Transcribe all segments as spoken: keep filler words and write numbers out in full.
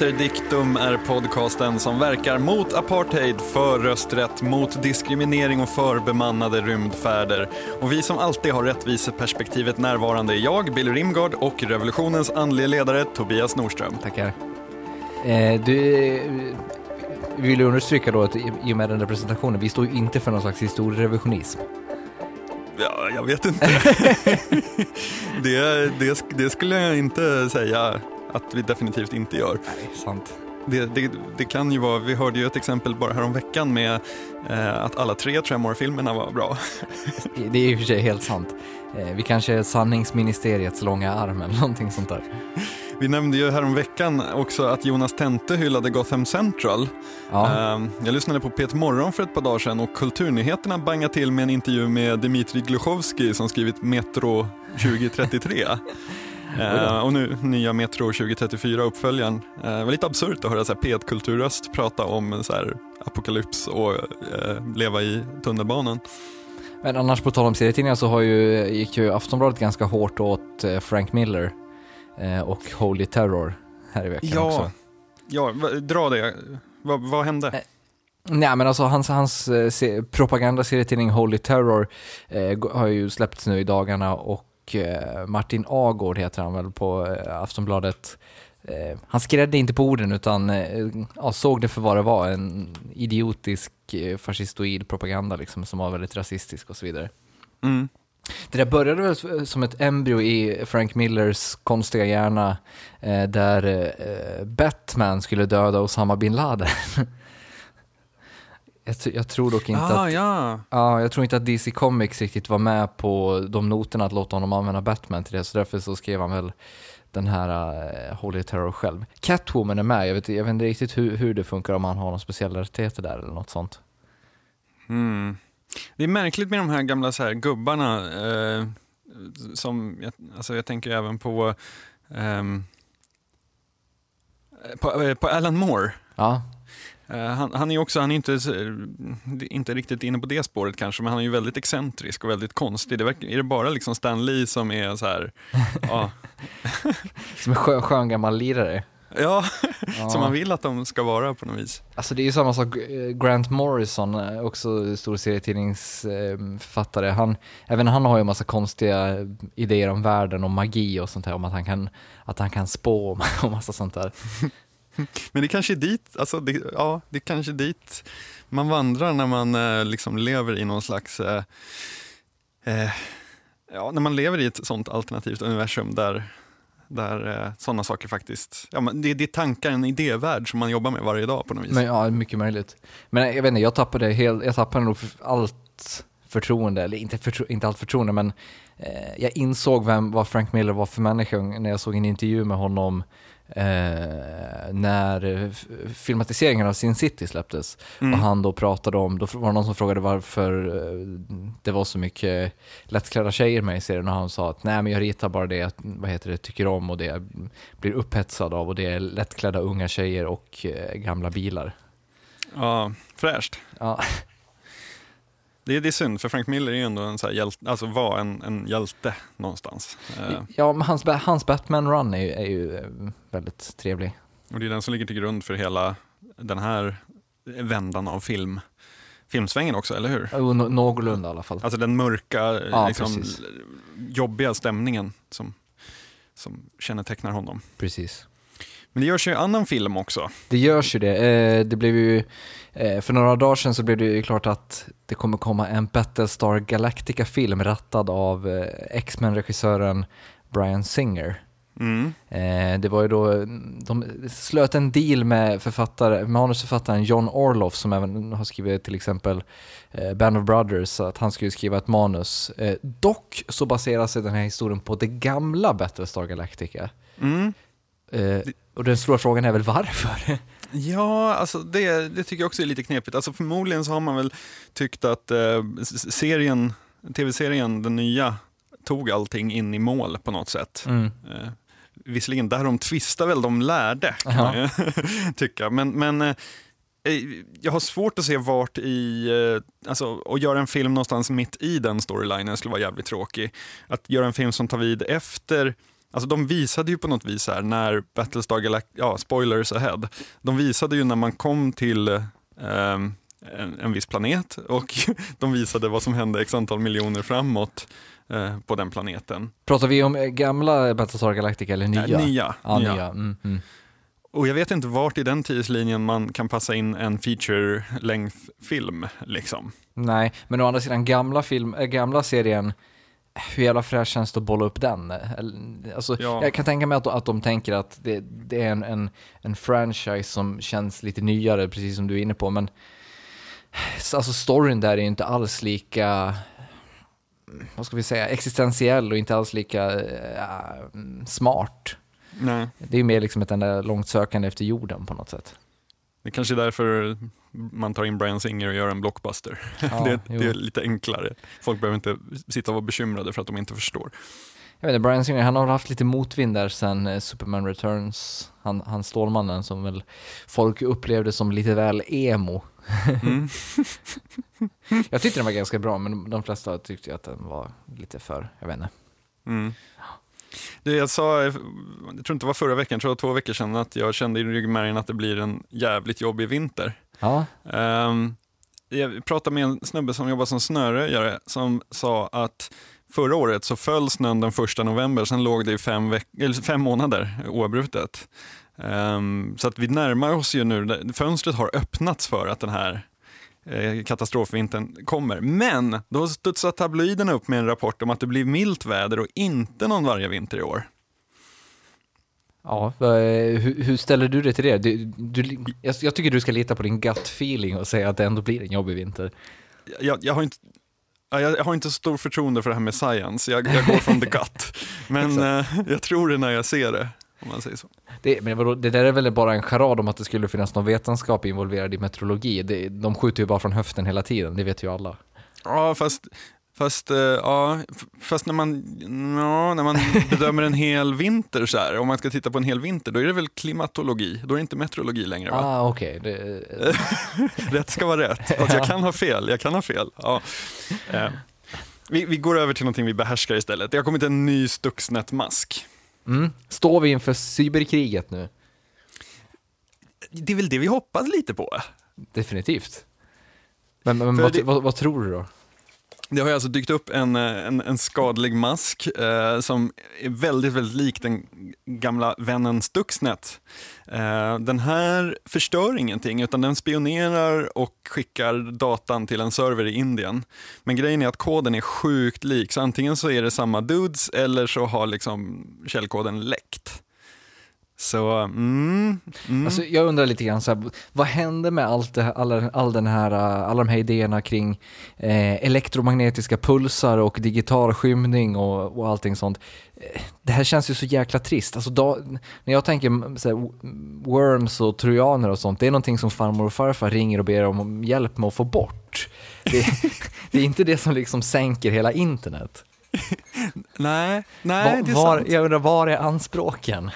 Mater Dictum är podcasten som verkar mot apartheid, för rösträtt, mot diskriminering och för bemannade rymdfärder. Och vi som alltid har rättviseperspektivet närvarande är jag, Billy Rimgard, och revolutionens andliga ledare Tobias Nordström. Tackar. Eh, du vill understryka då att i och med den representationen, vi står ju inte för någon slags historierevisionism. Ja, jag vet inte. det, det, det skulle jag inte säga att vi definitivt inte gör. Nej, sant. Det, det, det kan ju vara, vi hörde ju ett exempel bara här om veckan med eh, att alla tre Tremor-filmerna var bra. Det är i och för sig helt sant. Eh, vi kanske är sanningsministeriets långa arm eller någonting sånt där. Vi nämnde ju här om veckan också att Jonas Tente hyllade Gotham Central. Ja. Uh, jag lyssnade på P ett Morgon för ett par dagar sedan och Kulturnyheterna bangade till med en intervju med Dmitrij Gluchovsky som skrivit Metro tjugo trettiotre. Uh, och nu nya Metro tjugo trettiofyra uppföljaren. Uh, det var lite absurt att höra så här P ett-kulturröst prata om så här apokalyps och uh, leva i tunnelbanan. Men annars på tal om serietidningar så har ju, gick ju Aftonbladet ganska hårt åt Frank Miller och Holy Terror här i veckan ja, också. Ja, dra det. Vad, vad hände? Eh, nej, men alltså hans, hans eh, propagandaserietidning Holy Terror eh, har ju släppts nu i dagarna och eh, Martin Agård heter han väl på eh, Aftonbladet. Eh, han skrädde inte på orden utan eh, ja, såg det för vad det var. En idiotisk eh, fascistoid propaganda liksom, som var väldigt rasistisk och så vidare. Mm. Det där började väl som ett embryo i Frank Millers konstiga hjärna eh, där eh, Batman skulle döda Osama bin Laden. jag, jag tror dock inte ah, att ja. ja, jag tror inte att D C Comics riktigt var med på de noterna att låta honom använda Batman till det, så därför så skrev han väl den här uh, Holy Terror själv. Catwoman är med, jag vet, jag vet inte riktigt hur, hur det funkar, om han har någon speciella rättigheter där eller något sånt. Mm. Det är märkligt med de här gamla så här gubbarna eh, som, alltså jag tänker även på eh, på, på Alan Moore. Ja. Eh, han, han är också, han är inte, inte riktigt inne på det spåret kanske, men han är ju väldigt excentrisk och väldigt konstig. Det verkar, är det bara liksom Stan Lee som är så här ja. Som en skön, skön gammal lirare. Ja, ja, som man vill att de ska vara på något vis. Alltså det är ju samma sak, Grant Morrison, också stor serietidningsförfattare. Han, även han har ju en massa konstiga idéer om världen och magi och sånt här, om att han kan, att han kan spå och massa sånt där. Men det kanske är dit, alltså det, ja, det är kanske dit man vandrar när man eh, liksom lever i någon slags eh, eh, ja, när man lever i ett sånt alternativt universum där där eh, sådana saker faktiskt, ja, men det, det är tankar, en idévärld som man jobbar med varje dag på något vis. Men ja, mycket möjligt. Men jag vet inte, jag tappade helt, jag tappade nog allt förtroende, eller inte, förtro, inte allt förtroende, men eh, jag insåg vem, vad Frank Miller var för människa när jag såg en intervju med honom eh, när f- filmatiseringen av Sin City släpptes. Mm. Och han då pratade om, då var det någon som frågade varför eh, det var så mycket lättklädda tjejer med i serien, och han sa att nej, men jag ritar bara det jag, vad heter det, tycker om och det jag blir upphetsad av, och det är lättklädda unga tjejer och eh, gamla bilar. Ja, fräscht. Ja. Det är, det är synd, för Frank Miller är ju ändå en så här hjälte, alltså var en, en hjälte någonstans. Ja, men hans, hans Batman-run är ju, är ju väldigt trevlig. Och det är den som ligger till grund för hela den här vändan av film. Filmsvängen också, eller hur? Oh, no, någorlunda i alla fall. Alltså den mörka, ja, liksom, jobbiga stämningen som, som kännetecknar honom. Precis. Men det görs ju annan film också. Det görs ju det. Eh, det blev ju, eh, för några dagar sedan så blev det ju klart att det kommer komma en Battlestar Galactica-film rattad av eh, X-Men-regissören Bryan Singer. Mm. Eh, det var ju då, de slöt en deal med författare, manusförfattaren John Orloff, som även har skrivit till exempel eh, Band of Brothers, så att han skulle skriva ett manus. Eh, dock så baserar sig den här historien på det gamla Battlestar Galactica. Mm. Eh, och den stora frågan är väl varför? Ja, alltså det, det tycker jag också är lite knepigt. Alltså förmodligen så har man väl tyckt att eh, serien, tv-serien, den nya, tog allting in i mål på något sätt. Mm. Eh, visserligen där de tvistar väl de lärde, kan man ju tycka. Men, men eh, jag har svårt att se vart i, eh, alltså att göra en film någonstans mitt i den storylinen skulle vara jävligt tråkig. Att göra en film som tar vid efter Alltså de visade ju på något vis här när Battlestar Galactica, ja spoilers ahead, de visade ju när man kom till eh, en, en viss planet och de visade vad som hände x antal miljoner framåt eh, på den planeten. Pratar vi om gamla Battlestar Galactica eller nya? Ja, nya. Ja, nya. nya. Mm, mm. Och jag vet inte vart i den tidslinjen man kan passa in en feature-length-film liksom. Nej, men å andra sidan gamla, film, äh, gamla serien, hur jävla fräscht känns det att bolla upp den? Alltså, ja. Jag kan tänka mig att, att de tänker att det, det är en, en, en franchise som känns lite nyare, precis som du är inne på, men alltså storyn där är inte alls lika, vad ska vi säga, existentiell och inte alls lika äh, smart. Nej. Det är mer liksom ett enda långt sökande efter jorden på något sätt. Det är kanske är därför man tar in Bryan Singer och gör en blockbuster. Ja, det, det är lite enklare. Folk behöver inte sitta och vara bekymrade för att de inte förstår. Jag vet inte, Bryan Singer, han har haft lite motvind där sen Superman Returns. Han, han Stålmannen som väl folk upplevde som lite väl emo. Mm. Jag tyckte den var ganska bra, men de flesta tyckte att den var lite för, jag vet inte. Mm. Det jag sa, jag tror inte det var förra veckan, jag tror det var två veckor sedan, att jag kände i ryggmärgen att det blir en jävligt jobbig vinter. Ja. Um, jag pratade med en snubbe som jobbar som snöröjare som sa att förra året så föll snön den första november, sen låg det i fem, veck- eller fem månader oavbrutet. Um, så att vi närmar oss ju nu, fönstret har öppnats för att den här eh, katastrofvintern kommer. Men då studsar tabloiderna upp med en rapport om att det blir milt väder och inte någon vargavinter i år. Ja, hur, hur ställer du dig till det? Du, du, jag, jag tycker du ska lita på din gut feeling och säga att det ändå blir en jobbig vinter. Jag, jag har inte Jag har inte så stor förtroende för det här med science. Jag, jag går från the gut. Men eh, jag tror det när jag ser det, om man säger så. Det, men vadå, det där är väl bara en charad om att det skulle finnas någon vetenskap involverad i meteorologi. Det, de skjuter ju bara från höften hela tiden, det vet ju alla. Ja, fast... Fast, uh, ja, fast när, man, ja, när man bedömer en hel vinter så här, om man ska titta på en hel vinter, då är det väl klimatologi, då är det inte meteorologi längre, va? Ah, okej. Okay. Det... Rätt ska vara rätt. Alltså, jag kan ha fel, jag kan ha fel. Ja. Uh, vi, vi går över till någonting vi behärskar istället. Det har kommit en ny Stuxnet-mask. Mm. Står vi inför cyberkriget nu? Det är väl det vi hoppas lite på. Definitivt. Men, men vad, det... vad, vad tror du då? Det har alltså dykt upp en, en, en skadlig mask eh, som är väldigt, väldigt lik den gamla vännen Stuxnet. Eh, den här förstör ingenting, utan den spionerar och skickar datan till en server i Indien. Men grejen är att koden är sjukt lik, så antingen så är det samma dudes eller så har liksom källkoden läckt. Så, mm, mm. Alltså, jag undrar lite grann så här, vad hände med allt det här, alla, all den här, alla de här idéerna kring eh, elektromagnetiska pulsar och digital skymning och, och allting sånt. Det här känns ju så jäkla trist. Alltså, då, när jag tänker så här, worms och trojaner och sånt, det är någonting som farmor och farfar ringer och ber om hjälp med att få bort. Det, det är inte det som liksom sänker hela internet. nej, nej var, det är var, sant. Jag undrar, var är anspråken?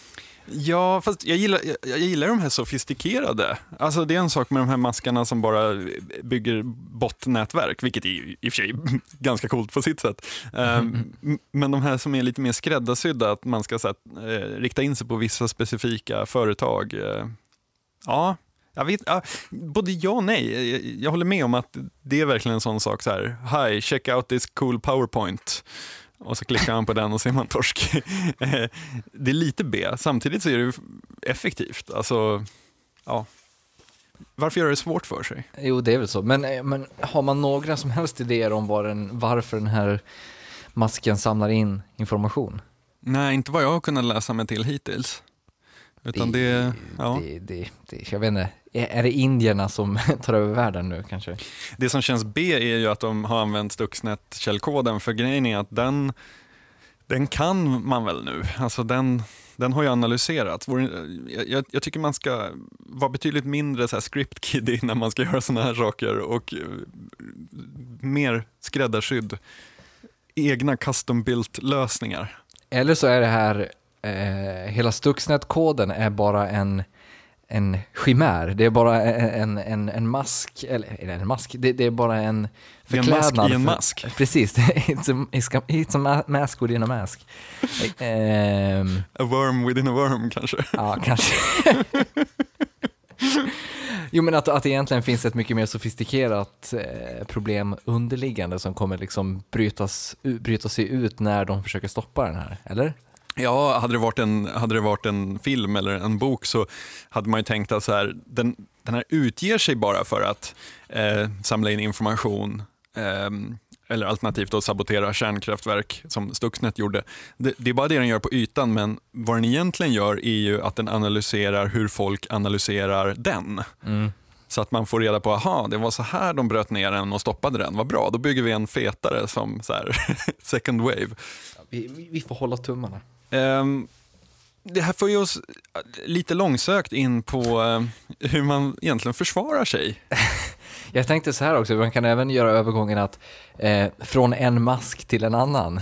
Ja, fast jag gillar, jag, jag gillar de här sofistikerade. Alltså det är en sak med de här maskarna som bara bygger botnätverk, vilket är i och för sig ganska coolt på sitt sätt. Um, men de här som är lite mer skräddarsydda, att man ska så att, eh, rikta in sig på vissa specifika företag. Eh, ja, jag vet, ja, både ja och nej. Jag, jag håller med om att det är verkligen en sån sak så här, hi, check out this cool PowerPoint. Och så klickar man på den och ser man torsk. Det är lite B. Samtidigt så är det effektivt. Alltså, ja. Varför gör det svårt för sig? Jo, det är väl så. Men, men har man några som helst idéer om var den, varför den här masken samlar in information? Nej, inte vad jag har kunnat läsa mig till hittills. Utan det, det, ja. det, det, det jag vet inte. Är det indierna som tar över världen nu kanske? Det som känns B är ju att de har använt Stuxnet-källkoden, för grejen är att den, den kan man väl nu. Alltså den, den har ju analyserats. Jag, jag tycker man ska vara betydligt mindre så här script-kiddy när man ska göra såna här saker och mer skräddarsydd egna custom-built lösningar. Eller så är det här, eh, hela Stuxnet-koden är bara en en chimär. Det är bara en, en, en mask, eller en mask, det, det är bara en förklädnad. En mask i en mask. För, precis, it's a, it's a mask within a mask. um, a worm within a worm kanske. Ja, kanske. Jo, men att, att det egentligen finns ett mycket mer sofistikerat eh, problem underliggande som kommer liksom brytas, bryta sig ut när de försöker stoppa den här, eller? Ja, hade det varit en, hade det varit en film eller en bok så hade man ju tänkt att så här, den, den här utger sig bara för att eh, samla in information eh, eller alternativt att sabotera kärnkraftverk som Stuxnet gjorde. Det, det är bara det den gör på ytan, men vad den egentligen gör är ju att den analyserar hur folk analyserar den. Mm. Så att man får reda på, aha, det var så här de bröt ner den och stoppade den. Vad bra, då bygger vi en fetare som så här, second wave. Vi, vi får hålla tummarna. Um, det här får ju oss lite långsökt in på uh, hur man egentligen försvarar sig. Jag tänkte så här också, man kan även göra övergången att eh, från en mask till en annan.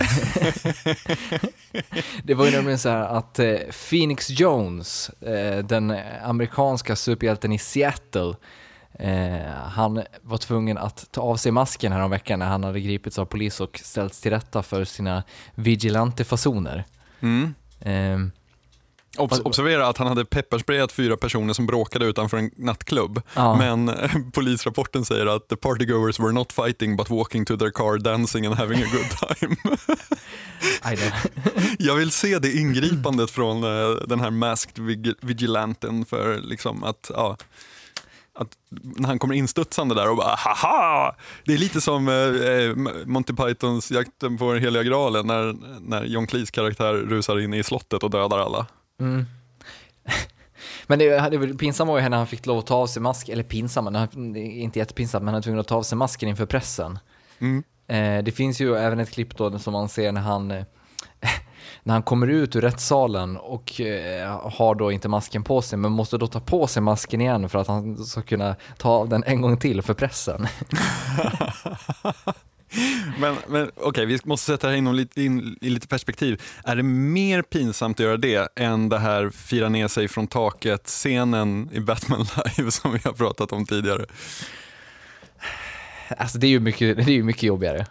Det var ju nämligen så här att eh, Phoenix Jones, eh, den amerikanska superhjälten i Seattle, eh, han var tvungen att ta av sig masken här om veckan när han hade gripits av polis och ställts till rätta för sina vigilante-fasoner. Mm. Eh, Obs- observera att han hade pepparsprayat fyra personer som bråkade utanför en nattklubb. Ja. Men eh, polisrapporten säger att the partygoers were not fighting but walking to their car, dancing and having a good time. Jag vill se det ingripandet från eh, den här masked vig- vigilanten för liksom att, ja, att när han kommer instudsande där och bara haha! Det är lite som eh, Monty Pythons Jakten på den heliga graalen när, när John Cleese karaktär rusar in i slottet och dödar alla. Mm. Men det, det var pinsamt var ju när han fick lov att ta av sig masken, eller pinsamt, det är inte jättepinsamt, men han var tvungen att ta av sig masken inför pressen. Mm. Eh, det finns ju även ett klipp då som man ser när han eh, när han kommer ut ur rättssalen och eh, har då inte masken på sig, men måste då ta på sig masken igen för att han ska kunna ta av den en gång till för pressen. Men, men okej, okay, vi måste sätta det här in, in i lite perspektiv. Är det mer pinsamt att göra det än det här fira ner sig från taket-scenen i Batman Live som vi har pratat om tidigare? Alltså det är ju mycket, det är ju mycket jobbigare.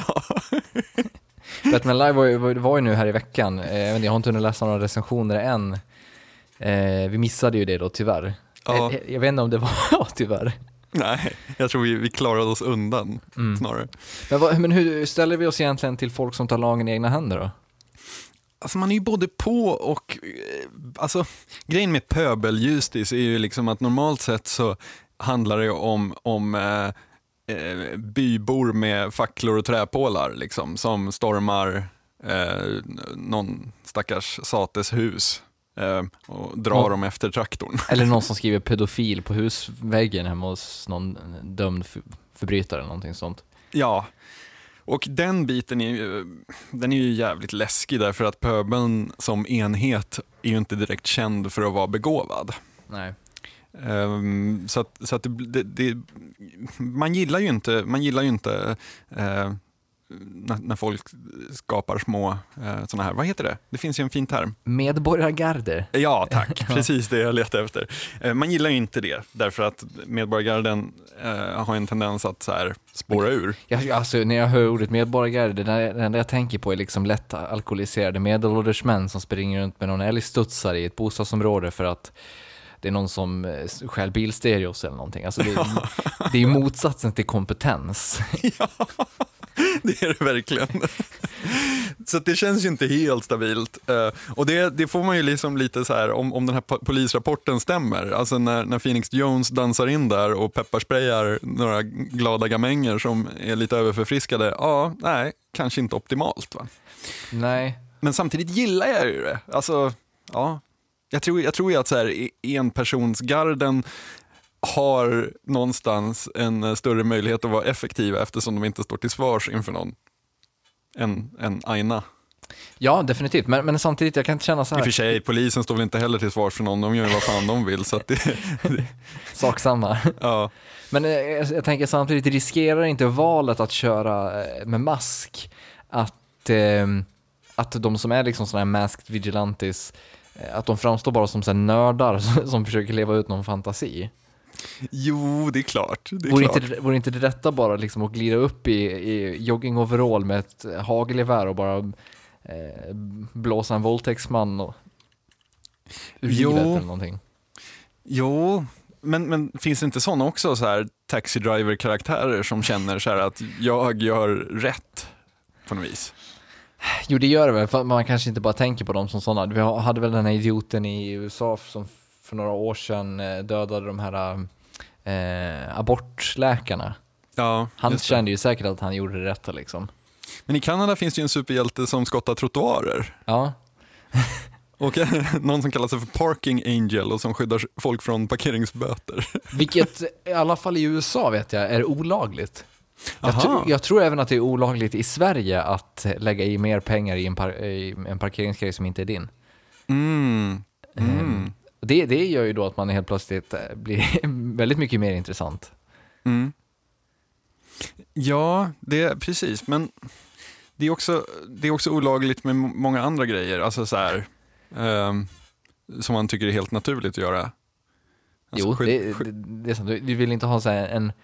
Batman Live var ju, var ju nu här i veckan. Jag har inte hunnit läsa några recensioner än. Vi missade ju det då tyvärr. Ja. Jag, jag vet inte om det var ja, tyvärr. Nej, jag tror vi, vi klarade oss undan mm. snarare. Men, vad, men hur ställer vi oss egentligen till folk som tar lagen i egna händer då? Alltså man är ju både på och... Alltså grejen med pöbeljustis är ju liksom att normalt sett så handlar det om, om eh, eh, bybor med facklor och träpålar liksom, som stormar eh, någon stackars sates hus. Uh, och drar dem efter traktorn. Eller någon som skriver pedofil på husväggen hemma hos någon dömd förbrytare eller någonting sånt. Ja, och den biten är ju, den är ju jävligt läskig därför att pöbeln som enhet är ju inte direkt känd för att vara begåvad. Nej. Um, så att, så att det, det, man gillar ju inte, man gillar ju inte uh, När, när folk skapar små eh, såna här, vad heter det? Det finns ju en fin term. Medborgargarder. Ja, tack. Precis det jag letar efter. Eh, man gillar ju inte det, därför att medborgargarden eh, har en tendens att så här spåra ur. Ja, alltså, när jag hör ordet medborgargarde, det enda jag tänker på är liksom lätt alkoholiserade medelålders män som springer runt med någon älgstudsare i ett bostadsområde för att det är någon som stjäl bilstereos eller någonting. Alltså det, det är motsatsen till kompetens. Ja. Det är det verkligen. Så det känns ju inte helt stabilt. Och det, det får man ju liksom lite så här, om, om den här polisrapporten stämmer. Alltså när, när Phoenix Jones dansar in där och pepparsprayar några glada gamänger som är lite överförfriskade. Ja, nej, kanske inte optimalt va? Nej. Men samtidigt gillar jag ju det. Alltså, ja. Jag tror, jag tror ju att så här, enpersonsgarden har någonstans en större möjlighet att vara effektiva eftersom de inte står till svars inför någon än, än Aina. Ja, definitivt. Men, men samtidigt, jag kan inte känna så här. I och för sig, polisen står väl inte heller till svars för någon. De gör ju vad fan de vill. Så att det, det... Sak samma. Ja. Men jag, jag tänker samtidigt, riskerar inte valet att köra med mask att, eh, att de som är liksom sådana här masked vigilantes att de framstår bara som så här nördar som försöker leva ut någon fantasi. Jo, det är klart. Det är vore, klart. Inte, vore inte det detta bara liksom att glida upp i, i jogging-overall med ett hagelgevär och bara eh, blåsa en våldtäktsman och ur livet eller någonting? Jo, men, men finns det inte sådana också så här taxi driver-karaktärer som känner så här att jag gör rätt på något vis? Jo, det gör det väl, för man kanske inte bara tänker på dem som sådana. Vi hade väl den här idioten i U S A som för några år sedan dödade de här eh, abortläkarna. Ja, han kände ju säkert att han gjorde det rätta liksom. Men i Kanada finns det ju en superhjälte som skottar trottoarer. Ja. Och någon som kallar sig för Parking Angel och som skyddar folk från parkeringsböter. Vilket i alla fall i U S A vet jag är olagligt. Jag, tr- jag tror även att det är olagligt i Sverige att lägga i mer pengar i en, par- i en parkeringsgrej som inte är din. Mm. Mm. Det, det gör ju då att man helt plötsligt blir väldigt mycket mer intressant. Mm. Ja, det är precis. Men det är också, det är också olagligt med många andra grejer. Alltså så här, um, som man tycker är helt naturligt att göra. Alltså, jo, skyd, det, skyd... det, det är sant. Du vill inte ha så här en,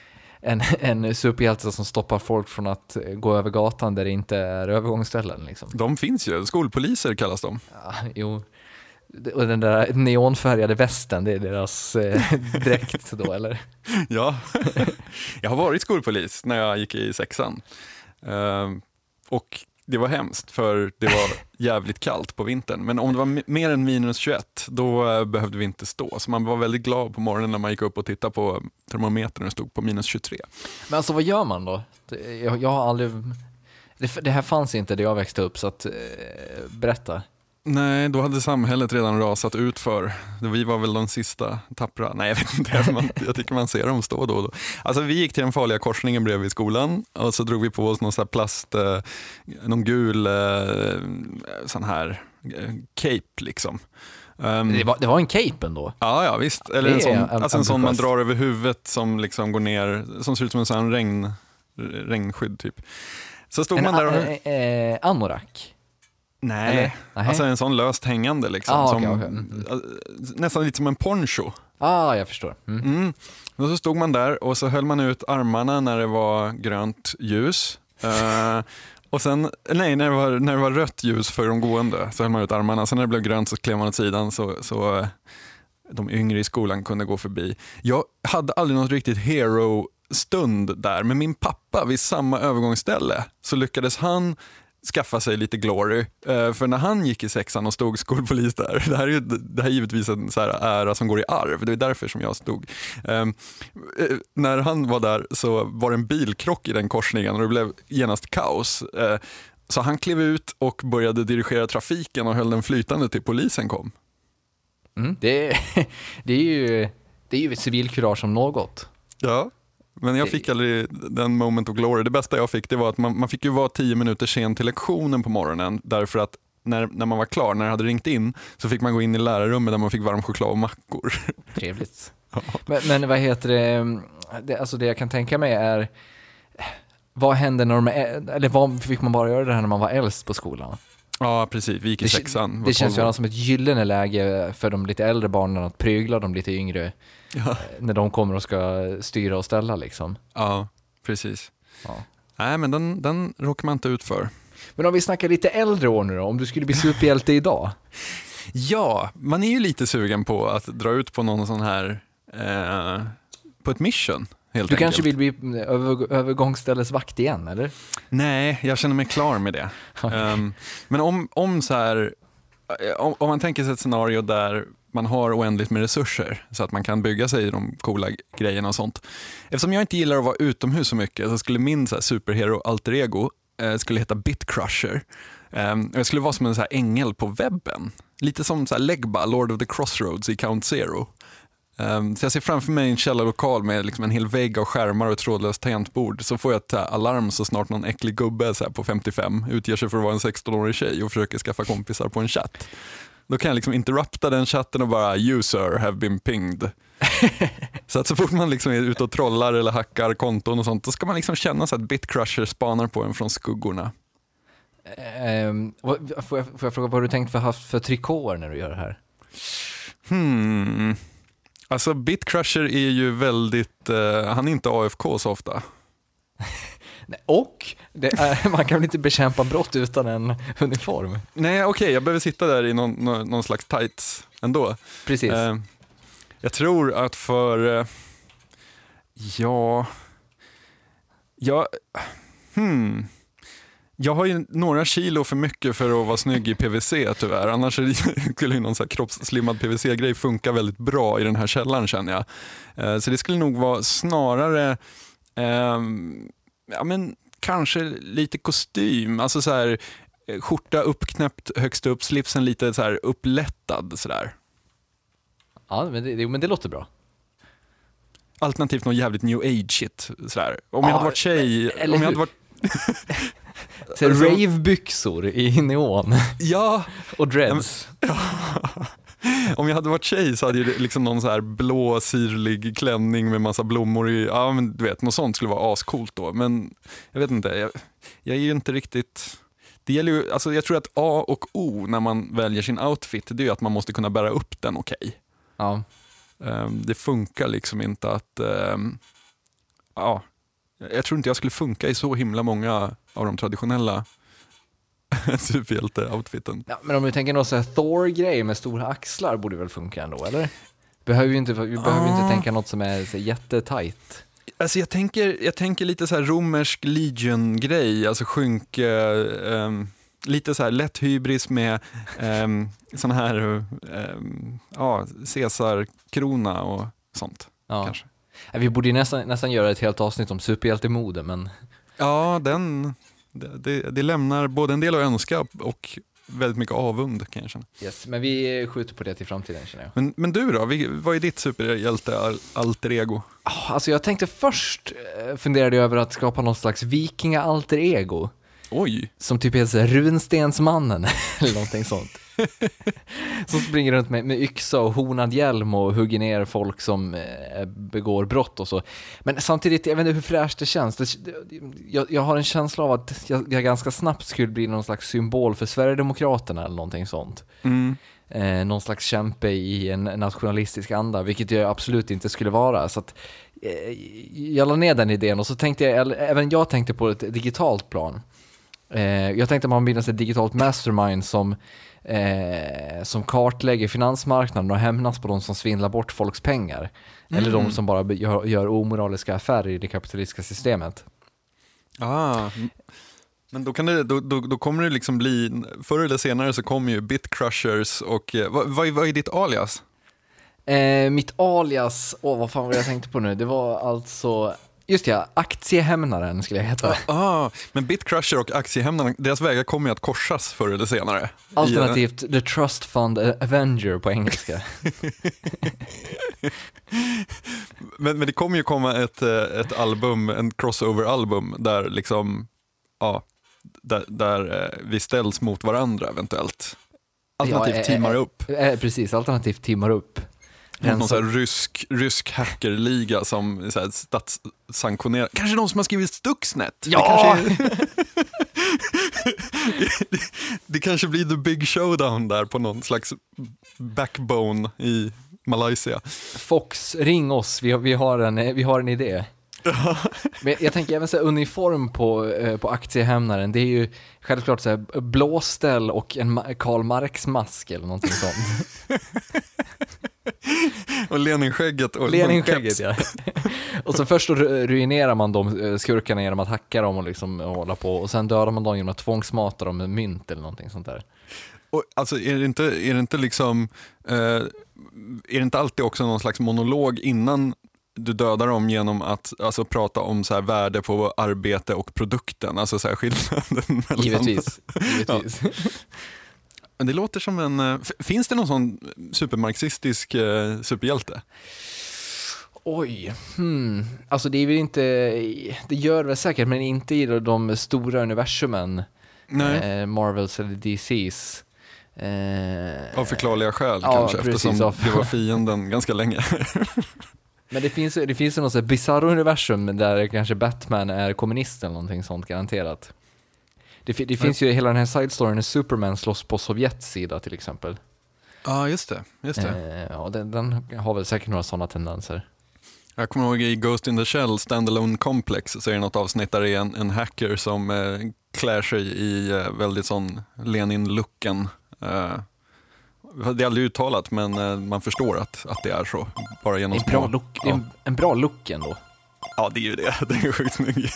en, en superhjälte som stoppar folk från att gå över gatan där det inte är övergångsställen. Liksom. De finns ju. Skolpoliser kallas de. Ja, jo. Och den där neonfärgade västen, det är deras eh, dräkt då, eller? Ja, jag har varit skolpolis när jag gick i sexan. Uh, och det var hemskt för det var jävligt kallt på vintern. Men om det var m- mer än minus tjugoett, då uh, behövde vi inte stå. Så man var väldigt glad på morgonen när man gick upp och tittade på termometern och stod på minus tjugotre. Men alltså vad gör man då? Jag, jag har aldrig... Det, det här fanns inte där jag växte upp, så att eh, berätta. Nej, då hade samhället redan rasat ut för. Vi var väl de sista tappra. Nej, jag vet inte. Man, jag tycker man ser dem stå då och då. Alltså, vi gick till den farliga korsningen bredvid skolan och så drog vi på oss någon sån här plast, eh, någon gul eh, sån här eh, cape liksom. Um, det, var, det var en cape ändå? Ja, ja visst. Eller en sån, alltså en sån man drar över huvudet som liksom går ner, som ser ut som en sån regn, regnskydd typ. Så stod en man där och... a- eh, anorak? Nej, alltså en sån löst hängande liksom. Ah, som, okay, okay. Mm. Nästan lite som en poncho. Ah, jag förstår. Mm. Mm. Och så stod man där och så höll man ut armarna när det var grönt ljus. uh, och sen, nej, när det, var, när det var rött ljus för de gående så höll man ut armarna. Sen när det blev grönt så klev man åt sidan så, så uh, de yngre i skolan kunde gå förbi. Jag hade aldrig något riktigt hero-stund där, men min pappa vid samma övergångsställe så lyckades han skaffa sig lite glory. Uh, för när han gick i sexan och stod skolpolis där, det här är ju det här är givetvis en så här ära som går i arv, det är därför som jag stod. Uh, uh, när han var där så var det en bilkrock i den korsningen och det blev genast kaos. Uh, så han klev ut och började dirigera trafiken och höll den flytande till polisen kom. Mm, det, det är ju det är ju civilkurage som något. Ja. Men jag fick aldrig den moment of glory. Det bästa jag fick det var att man, man fick ju vara tio minuter sen till lektionen på morgonen. Därför att när, när man var klar, när det hade ringt in, så fick man gå in i lärarrummet där man fick varm choklad och mackor. Trevligt. Ja. Men, men vad heter det, det? Alltså det jag kan tänka mig är, vad hände när de, eller vad fick man bara göra det här när man var äldst på skolan? Ja, precis. Vi gick i det, sexan. Det känns ju som ett gyllene läge för de lite äldre barnen att prygla de lite yngre. Ja. När de kommer och ska styra och ställa liksom. Ja, precis. Ja. Nej, men den, den råkar man inte ut för. Men om vi snackar lite äldre år nu då, om du skulle bli superhjälte idag? Ja, man är ju lite sugen på att dra ut på någon sån här, eh, på ett mission. Helt du enkelt. Kanske vill bli över, övergångsställesvakt igen, eller? Nej, jag känner mig klar med det. um, men om, om så här, om, om man tänker sig ett scenario där man har oändligt med resurser så att man kan bygga sig de coola grejerna och sånt. Eftersom jag inte gillar att vara utomhus så mycket så skulle min så här, superhero alter ego eh, skulle heta Bitcrusher. Um, jag skulle vara som en så här, ängel på webben. Lite som så här, Legba, Lord of the Crossroads i Count Zero. Um, så jag ser framför mig en källarlokal med liksom en hel vägg av skärmar och ett trådlöst tangentbord. Så får jag ett alarm så snart någon äcklig gubbe så här, på femtiofem utger sig för att vara en sexton-årig tjej och försöker skaffa kompisar på en chatt. Då kan jag liksom interrupta den chatten och bara user have been pinged. Så att så fort man liksom är ute och trollar eller hackar konton och sånt, då ska man liksom känna så att Bitcrusher spanar på en från skuggorna. Um, får, jag, får jag fråga vad har du tänkt för haft för trikåer när du gör det här? Hmm. Alltså Bitcrusher är ju väldigt, uh, han är inte A F K så ofta. Och det är, man kan väl inte bekämpa brott utan en uniform? Nej, okej, okay, jag behöver sitta där i någon, någon, någon slags tights ändå. Precis. Uh, jag tror att för, uh, ja, ja, hmm. Jag har ju några kilo för mycket för att vara snygg i P V C tyvärr. Annars skulle ju någon så här kroppsslimmad P V C-grej funka väldigt bra i den här källaren känner jag. Uh, så det skulle nog vara snarare, uh, ja men kanske lite kostym. Alltså så här, skjorta uppknäppt högst upp, slipsen lite så här upplättad sådär. Ja, men det, men det låter bra. Alternativt något jävligt new age shit sådär. Om jag ja, hade varit tjej, eller om jag hade varit så alltså, ravebyxor i neon. Ja, och dreads. Ja. Om jag hade varit tjej så hade ju liksom någon så här blå sirlig klänning med massa blommor i. Ja, men du vet, något sånt skulle vara ascoolt då, men jag vet inte. Jag, jag är ju inte riktigt. Det gäller ju, alltså jag tror att A och O när man väljer sin outfit, det är ju att man måste kunna bära upp den okej. Okay. Ja. Um, det funkar liksom inte att um, ja, jag tror inte jag skulle funka i så himla många av de traditionella superhjälte-outfiten. Ja, men om vi tänker någon så här Thor-grej med stora axlar borde väl funka ändå, eller? Behöver ju inte, vi behöver ju ah. inte tänka något som är så jättetajt. Alltså jag tänker, jag tänker lite så här romersk legion-grej, alltså skynke, um, lite så här lätt hybris med um, sån här um, ja, Caesar-krona och sånt. Ja. Kanske. Vi borde ju nästan, nästan göra ett helt avsnitt om superhjältemode, men... Ja, den, det, det, det lämnar både en del att önska och väldigt mycket avund kan jag känna. Yes, men vi skjuter på det till framtiden känner jag. Men, men du då, vad är ditt superhjälte alter ego? Alltså jag tänkte först, funderade jag över att skapa någon slags vikinga alter ego. Oj. Som typ är så här Runstensmannen eller någonting sånt. Som springer runt med, med yxa och honad hjälm och hugger ner folk som eh, begår brott och så. Men samtidigt, jag vet inte hur fräscht det känns. Det, jag, jag har en känsla av att jag, jag ganska snabbt skulle bli någon slags symbol för Sverigedemokraterna eller någonting sånt. Mm. Eh, någon slags kämpe i en nationalistisk anda, vilket jag absolut inte skulle vara. Så att, eh, jag la ner den idén och så tänkte jag, eller, även jag tänkte på ett digitalt plan. Eh, jag tänkte att man bildar ett digitalt mastermind som Eh, som kartlägger finansmarknaden och hämnas på de som svindlar bort folks pengar. Mm. Eller de som bara gör, gör omoraliska affärer i det kapitalistiska systemet. Ah, men då, kan det, då, då, då kommer det liksom bli, förr eller senare så kommer ju Bitcrushers och, vad, vad, vad är ditt alias? Eh, mitt alias, åh vad fan var jag tänkte på nu, det var alltså... Just ja, aktiehämnaren skulle jag heta. Ah, men Bitcrusher och aktiehämnaren, deras vägar kommer ju att korsas förr eller senare. Alternativt The Trust Fund Avenger på engelska. men, men det kommer ju komma ett, ett album, en crossover-album där liksom, ja, där, där vi ställs mot varandra eventuellt. Alternativt ja, teamar upp. Eh, precis, alternativt teamar upp. Någon sån här rysk, rysk hackerliga som så här statssanktionerar. Kanske någon som har skrivit Stuxnet. Ja! Det kanske, är... det, det, det kanske blir the big showdown där på någon slags backbone i Malaysia. Fox, ring oss. Vi har, vi har, en, vi har en idé. Men jag tänker även så här, uniform på, på aktiehämnaren. Det är ju självklart så här, blåställ och en Karl Marx mask eller någonting sånt. Och Lenin-skägget och Lenin-skägget, ja. Och så först så ruinerar man de skurkarna genom att hacka dem och liksom hålla på. Och sen dödar man dem genom att tvångsmata dem med mynt eller någonting sånt där. Och alltså är det inte, är det inte liksom eh, är det inte alltid också någon slags monolog innan du dödar dem genom att alltså, prata om så här värde på arbete och produkten, alltså så här skillnaden mellan... Givetvis, givetvis. Ja. Men det låter som en... Finns det någon sån supermarxistisk eh, superhjälte? Oj, hmm. Alltså det är väl inte... Det gör det säkert, men inte i de stora universumen. Nej. Eh, Marvels eller D C's. Eh, Av förklarliga skäl ja, kanske, precis, eftersom av... det var fienden ganska länge. Men det finns, det finns något så bizarro universum där kanske Batman är kommunist eller någonting sånt garanterat. Det, det finns ju hela den här side-storyn när Superman slåss på Sovjets sida till exempel. Ja, just det. Just det. Eh, ja, den, den har väl säkert några sådana tendenser. Jag kommer ihåg i Ghost in the Shell Standalone Complex så är det något avsnitt där det är en, en hacker som eh, klär sig i eh, väldigt sån Lenin-looken. Eh, det är aldrig uttalat, men eh, man förstår att, att det är så. Bara genom en, bra look, ja. en, en bra look ändå. Ja, det är ju det. Det är sjukt snygg.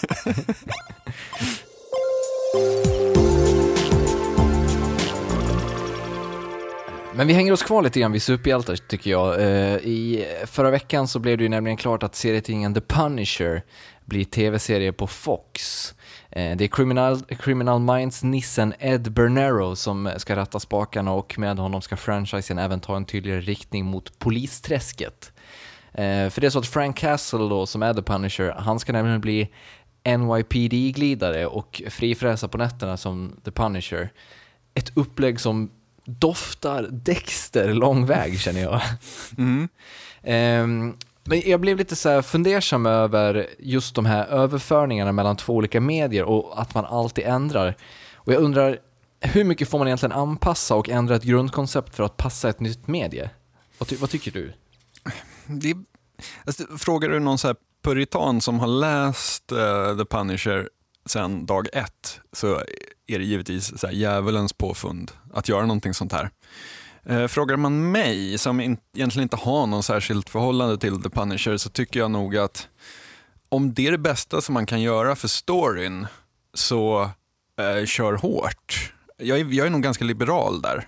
Men vi hänger oss kvar lite grann vid superhjältar tycker jag. I förra veckan så blev det ju nämligen klart att serietidningen The Punisher blir tv-serie på Fox. Det är Criminal, Criminal Minds-nissen Ed Bernero som ska ratta spakarna och med honom ska franchisen även ta en tydligare riktning mot polisträsket. För det är så att Frank Castle då, som är The Punisher, han ska nämligen bli N Y P D-glidare och frifräsa på nätterna som The Punisher. Ett upplägg som doftar Dexter lång väg, känner jag. Mm. um, men jag blev lite så här fundersam över just de här överförningarna mellan två olika medier och att man alltid ändrar. Och jag undrar, hur mycket får man egentligen anpassa och ändra ett grundkoncept för att passa ett nytt medie? Vad, ty- vad tycker du? Det, alltså, frågar du någon så här puritan som har läst uh, The Punisher sen dag ett, så är det givetvis så här djävulens påfund att göra någonting sånt här. Eh, frågar man mig som in, egentligen inte har någon särskilt förhållande till The Punisher, så tycker jag nog att om det är det bästa som man kan göra för storyn, så eh, kör hårt. Jag är, jag är nog ganska liberal där.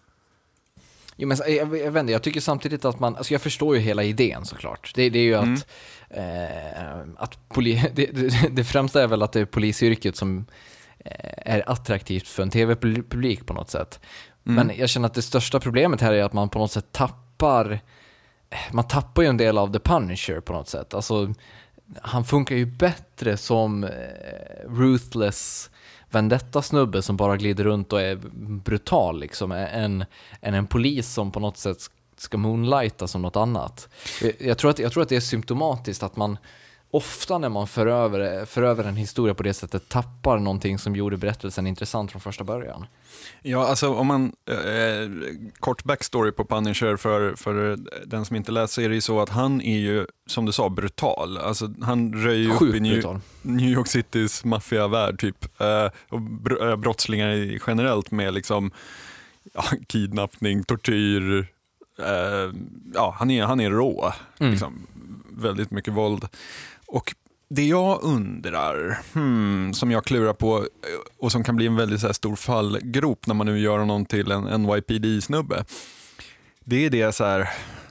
Jo, men jag, jag, vet inte, jag tycker samtidigt att man, alltså jag förstår ju hela idén såklart. Det, det är ju mm. att, eh, att poli, det, det, det främsta är väl att det är polisyrket som eh, är attraktivt för en tv-publik på något sätt. Mm. Men jag känner att det största problemet här är att man på något sätt tappar, man tappar ju en del av The Punisher på något sätt. Alltså, han funkar ju bättre som eh, ruthless vendetta-snubbe som bara glider runt och är brutal liksom, än, än en polis som på något sätt ska moonlighta som något annat. Jag tror att, jag tror att det är symptomatiskt att man ofta när man för över, för över en historia på det sättet tappar någonting som gjorde berättelsen intressant från första början. Ja, alltså om man eh, kort backstory på Punisher för, för den som inte läser, så är det ju så att han är ju, som du sa, brutal. Alltså han röjer ju upp i New, New York Citys maffiavärld typ, eh, och br- brottslingar generellt med liksom ja, kidnappning, tortyr, eh, ja, han är, han är rå, mm. liksom, väldigt mycket våld. Och det jag undrar, hmm, som jag klurar på och som kan bli en väldigt så här stor fallgrop när man nu gör någon till en N Y P D-snubbe, det är det så här,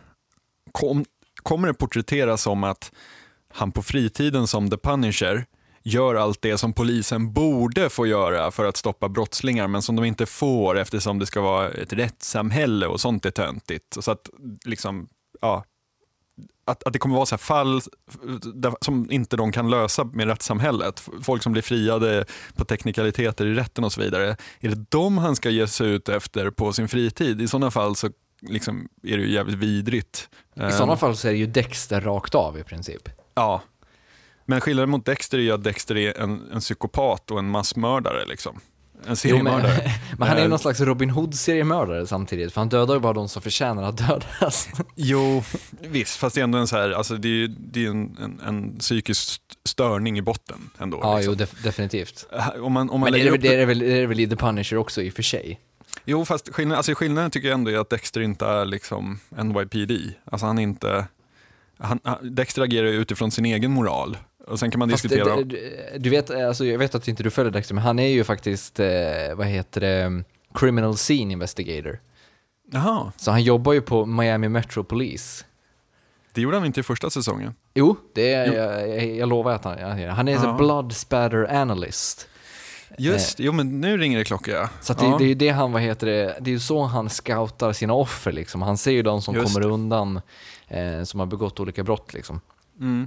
kom, kommer det porträtteras som att han på fritiden som The Punisher gör allt det som polisen borde få göra för att stoppa brottslingar, men som de inte får eftersom det ska vara ett rättssamhälle och sånt är töntigt. Så att liksom, ja, Att, att det kommer vara så här fall där, som inte de kan lösa med rättssamhället. Folk som blir friade på teknikaliteter i rätten och så vidare. Är det de han ska ge sig ut efter på sin fritid? I sådana fall så liksom är det ju jävligt vidrigt. I sådana fall så är det ju Dexter rakt av i princip. Ja, men skillnaden mot Dexter är ju att Dexter är en, en psykopat och en massmördare liksom. En seriemördare. Jo, men, men han är ju någon slags Robin Hood-seriemördare samtidigt, för han dödar ju bara de som förtjänar att dödas. Jo, visst, fast det är ändå en så här, alltså det är, det är en, en, en psykisk störning i botten ändå. Ja, liksom. Jo, def- definitivt. Om man, om man men det är, upp... det, är väl, det är väl i The Punisher också i och för sig. Jo, fast skillnaden, alltså skillnaden tycker jag ändå är att Dexter inte är liksom N Y P D. Alltså han är inte, han, Dexter agerar utifrån sin egen moral. Och sen kan man fast diskutera... Det, det, du vet, alltså jag vet att inte du följer Dexter, men han är ju faktiskt, eh, vad heter det, criminal scene investigator. Jaha. Så han jobbar ju på Miami Metro Police. Det gjorde han inte i första säsongen. Jo, det är, jag, jag, jag lovar att han, han är en blood spatter analyst. Just, eh, jo men nu ringer det klocka. Ja. Så att det, ja. det är ju det han, vad heter det, det är ju så han scoutar sina offer liksom. Han ser ju de som Just kommer det. undan, eh, som har begått olika brott liksom. Mm.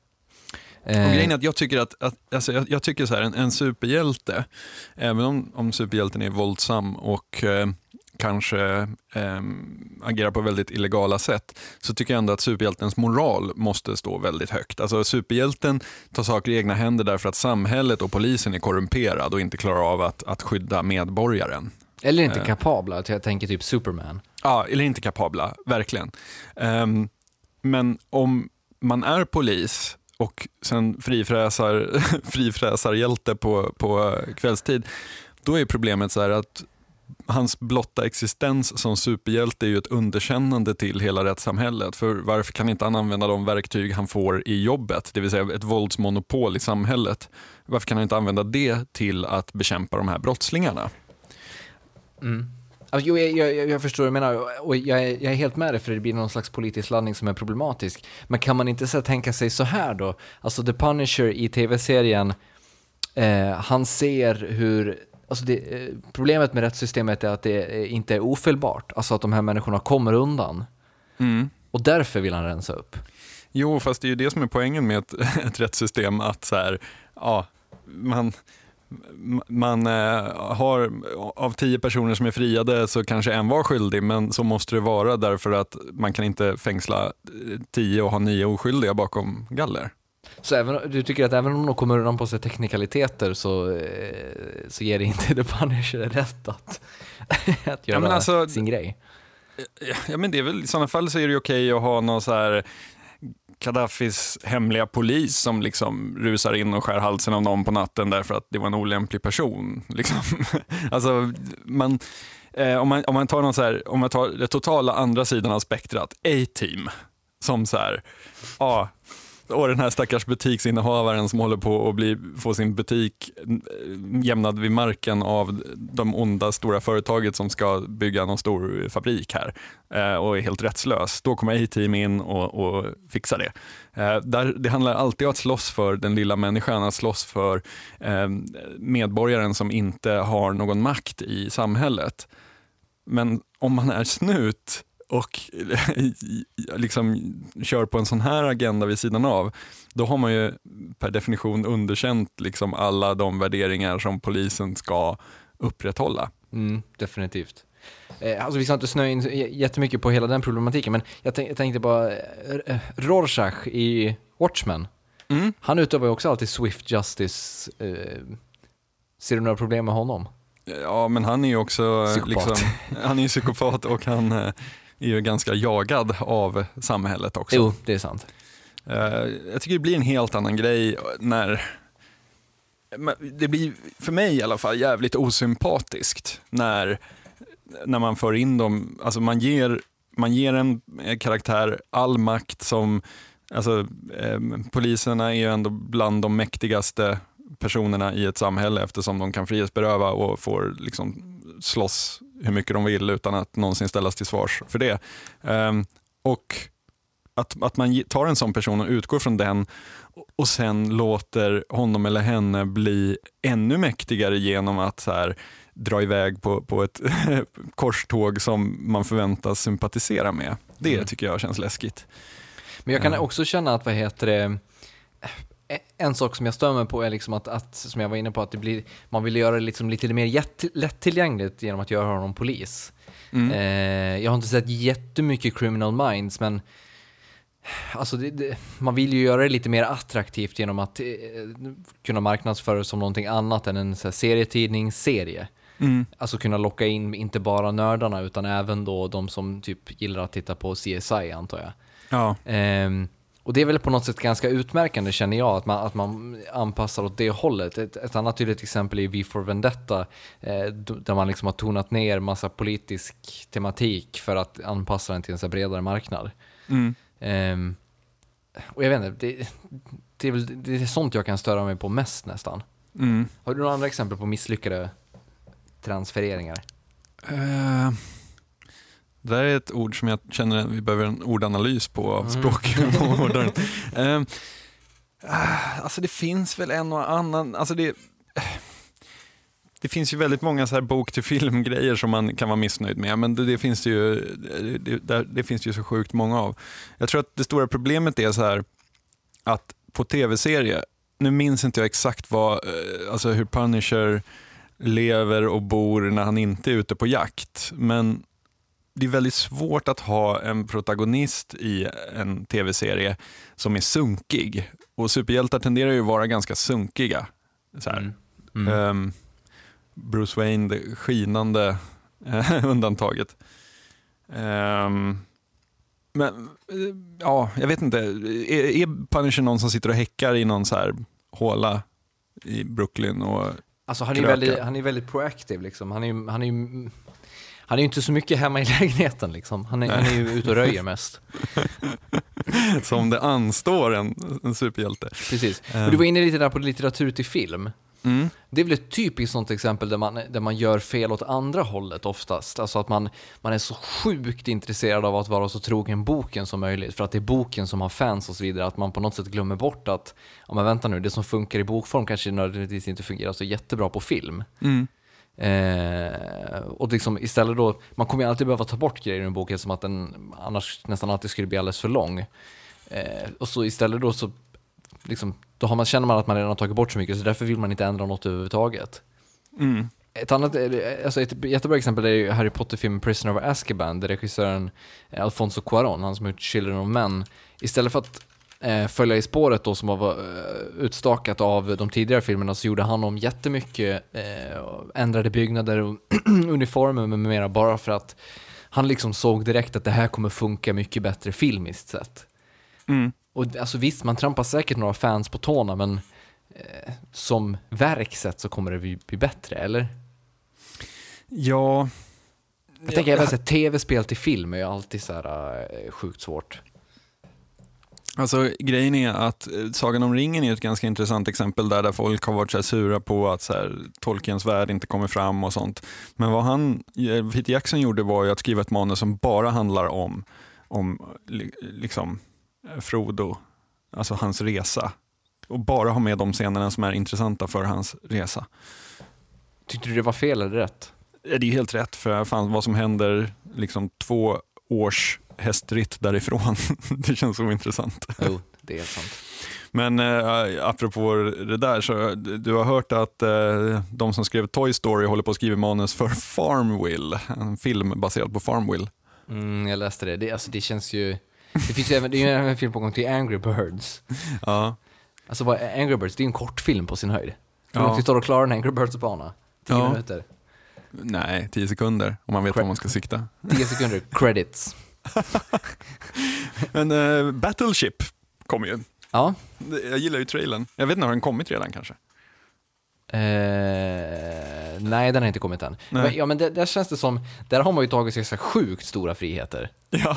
Och grejen är att jag tycker att, att alltså jag, jag tycker så här, en, en superhjälte, även om, om superhjälten är våldsam och eh, kanske eh, agerar på väldigt illegala sätt, så tycker jag ändå att superhjältens moral måste stå väldigt högt. Alltså superhjälten tar saker i egna händer därför att samhället och polisen är korrumperad och inte klarar av att, att skydda medborgaren. Eller inte kapabla, jag tänker typ Superman. Ja, eller inte kapabla, verkligen. Um, men om man är polis och sen frifräsar, frifräsar hjälte på, på kvällstid, då är problemet så här att hans blotta existens som superhjälte är ju ett underkännande till hela rättssamhället. För varför kan inte han använda de verktyg han får i jobbet, det vill säga ett våldsmonopol i samhället? Varför kan han inte använda det till att bekämpa de här brottslingarna? Mm. Alltså, jo, jag, jag, jag förstår vad du menar och jag är, jag är helt med dig, för det blir någon slags politisk laddning som är problematisk. Men kan man inte så tänka sig så här då? Alltså The Punisher i tv-serien, eh, han ser hur... Alltså det, eh, problemet med rättssystemet är att det inte är ofelbart. Alltså att de här människorna kommer undan. Mm. Och därför vill han rensa upp. Jo, fast det är ju det som är poängen med ett, ett rättssystem, att så här, ja, man... man eh, har av tio personer som är friade så kanske en var skyldig, men så måste det vara därför att man kan inte fängsla tio och ha nio oskyldiga bakom galler. Så även, du tycker att även om de kommer undan på sig teknikaliteter så, eh, så ger det inte The Punisher rätt att, att göra ja, alltså, sin grej? Ja, men det är väl i sådana fall så är det okej att ha någon så här Gaddafis hemliga polis som liksom rusar in och skär halsen av någon på natten därför att det var en olämplig person. Liksom. Alltså, man, eh, om, man, om man tar någon så här, om man tar det totala andra sidan av spektrat, A-team, som så här, ja, och den här stackars butiksinnehavaren som håller på att bli, få sin butik jämnad vid marken av de onda stora företaget som ska bygga någon stor fabrik här eh, och är helt rättslös. Då kommer A-team in och, och fixar det. Eh, där, det handlar alltid om att slåss för den lilla människan, att slåss för eh, medborgaren som inte har någon makt i samhället. Men om man är snut och liksom kör på en sån här agenda vid sidan av, då har man ju per definition underkänt liksom alla de värderingar som polisen ska upprätthålla. Mm, definitivt. Eh, alltså vi ska inte snöa in jättemycket på hela den problematiken, men jag, tänk, jag tänkte bara eh, Rorschach i Watchmen. Mm. Han utövar ju också alltid swift justice. Eh, ser du några problem med honom? Ja, men han är ju också liksom, han är ju psykopat och han är ju ganska jagad av samhället också. Jo, det är sant. Uh, jag tycker det blir en helt annan grej när det blir, för mig i alla fall, jävligt osympatiskt när, när man för in dem, alltså man ger, man ger en karaktär all makt som, alltså eh, poliserna är ju ändå bland de mäktigaste personerna i ett samhälle eftersom de kan frihetsberöva och får liksom slåss hur mycket de vill utan att någonsin ställas till svars för det. Um, och att, att man tar en sån person och utgår från den och sen låter honom eller henne bli ännu mäktigare genom att så här, dra iväg på, på ett korståg som man förväntas sympatisera med. Det mm. tycker jag känns läskigt. Men jag kan också känna att, vad heter det, en sak som jag stör mig på är liksom att, att som jag var inne på, att det blir, man vill göra det liksom lite mer jätt, lättillgängligt genom att göra honom polis. Mm. Eh, jag har inte sett jättemycket Criminal Minds, men alltså det, det, man vill ju göra det lite mer attraktivt genom att eh, kunna marknadsföra som någonting annat än en så här, serietidningsserie. Mm. Alltså kunna locka in inte bara nördarna utan även då de som typ gillar att titta på C S I, antar jag. Ja. Eh, Och det är väl på något sätt ganska utmärkande, känner jag, att man, att man anpassar åt det hållet. Ett, ett annat tydligt exempel är V for Vendetta, eh, där man liksom har tonat ner massa politisk tematik för att anpassa den till en så bredare marknad. Mm. Eh, och jag vet inte, det, det, är väl, det är sånt jag kan störa mig på mest nästan. Mm. Har du några andra exempel på misslyckade transfereringar? Uh... Det här är ett ord som jag känner att vi behöver en ordanalys på av språkvårdaren. Mm. uh, alltså det finns väl en och annan, alltså det, det finns ju väldigt många så här bok till filmgrejer som man kan vara missnöjd med, men det, det finns det ju det, det, det finns ju så sjukt många av. Jag tror att det stora problemet är så här att på tv-serie, nu minns inte jag exakt vad, alltså hur Punisher lever och bor när han inte är ute på jakt. Men det är väldigt svårt att ha en protagonist i en tv-serie som är sunkig. Och superhjältar tenderar ju att vara ganska sunkiga. Så här. Mm. Mm. Um, Bruce Wayne, det skinande uh, undantaget. Um, men ja, jag vet inte. Är, är Punisher någon som sitter och häckar i någon så här håla i Brooklyn och alltså han är väldigt, han är väldigt proactive liksom. Han är han är han är ju inte så mycket hemma i lägenheten liksom. Han är, han är ju ute och röjer mest. Som det anstår en, en superhjälte. Precis. Um. Och du var inne lite där på litteratur till film. Mm. Det är väl ett typiskt sånt exempel där man, där man gör fel åt andra hållet oftast. Alltså att man, man är så sjukt intresserad av att vara så trogen boken som möjligt. För att det är boken som har fans och så vidare. Att man på något sätt glömmer bort att, ja men vänta nu, det som funkar i bokform kanske nödvändigtvis inte fungerar så jättebra på film. Mm. Eh, och liksom istället då, man kommer ju alltid behöva ta bort grejer i en bok som att den annars nästan alltid skulle bli alldeles för lång. Eh, och så istället då så liksom, då har man, känner man att man redan har tagit bort så mycket så därför vill man inte ändra något överhuvudtaget. Mm. Ett annat, alltså ett jättebra exempel är Harry Potter-filmen Prisoner of Azkaban där regissören Alfonso Cuarón, han som har gjort Children of Men, istället för att eh, följa i spåret då som var eh, utstakat av de tidigare filmerna så gjorde han om jättemycket eh, ändrade byggnader och uniformer med mera bara för att han liksom såg direkt att det här kommer funka mycket bättre filmiskt sett. Mm. Och alltså visst, man trampar säkert några fans på tårna, men eh, som verksätt så kommer det bli, bli bättre, eller? Ja. Jag tänker även att tv-spel till film är ju alltid så här uh, sjukt svårt. Alltså grejen är att Sagan om ringen är ett ganska intressant exempel där, där folk har varit så här sura på att så här, Tolkiens värld inte kommer fram och sånt. Men vad han, Peter Jackson gjorde var ju att skriva ett manus som bara handlar om, om liksom Frodo, alltså hans resa. Och bara ha med de scenerna som är intressanta för hans resa. Tyckte du det var fel eller rätt? Det är helt rätt, för fan, vad som händer liksom två års hästritt därifrån. Det känns så intressant. Jo, det är sant. Men äh, apropå det där, så du har hört att äh, de som skrev Toy Story håller på att skriva manus för Farmville, en film baserad på Farmville. Mm, jag läste det. Det, alltså, det känns ju... Det finns ju även, det är ju även en film på gång till Angry Birds. Ja. Alltså vad, Angry Birds, det är en kortfilm på sin höjd. Tror ja. Du står och klarar en Angry Birds-bana? Tio ja. minuter. Nej, tio sekunder om man vet Cred- var man ska sikta. Tio sekunder, credits. Men uh, Battleship kom ju. Ja. Jag gillar ju trailern. Jag vet inte, har den kommit redan kanske? Uh, nej, den har inte kommit än. Men, ja, men det, där känns det som, där har man ju tagit sig så sjukt stora friheter. Ja.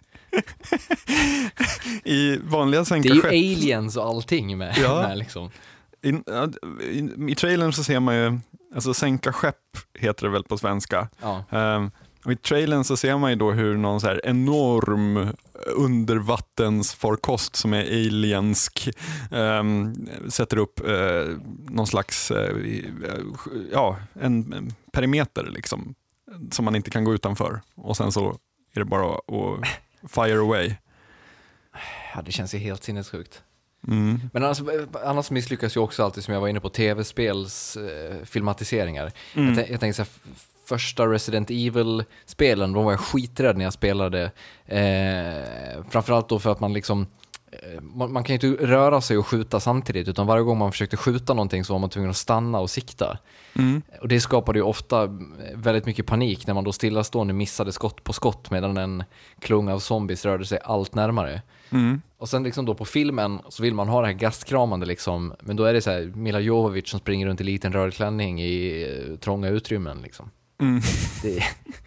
I vanliga sänka skepp. Det är ju aliens och allting med, ja. med liksom. I, i, I trailern så ser man ju, alltså sänka skepp heter det väl på svenska. Ja. Um, och i trailern så ser man ju då hur någon så här enorm undervattensfarkost som är aliensk um, sätter upp uh, någon slags uh, ja, en, en perimeter liksom, som man inte kan gå utanför. Och sen så är det bara att fire away. Ja, det känns ju helt sinnessjukt. Mm. Men annars, annars misslyckas ju också alltid, som jag var inne på, tv-spels eh, filmatiseringar. Mm. Jag, t- jag tänker så här, f- första Resident Evil-spelen, de var jag skiträdd när jag spelade. Eh, framförallt då för att man liksom eh, man, man kan ju inte röra sig och skjuta samtidigt, utan varje gång man försökte skjuta någonting så var man tvungen att stanna och sikta. Mm. Och det skapade ju ofta väldigt mycket panik när man då stillastående missade skott på skott medan en klunga av zombies rörde sig allt närmare. Mm. Och sen liksom då på filmen så vill man ha det här gastkramande liksom, men då är det så här Mila Jovovich som springer runt i liten röd klänning i uh, trånga utrymmen liksom. Mm. Det...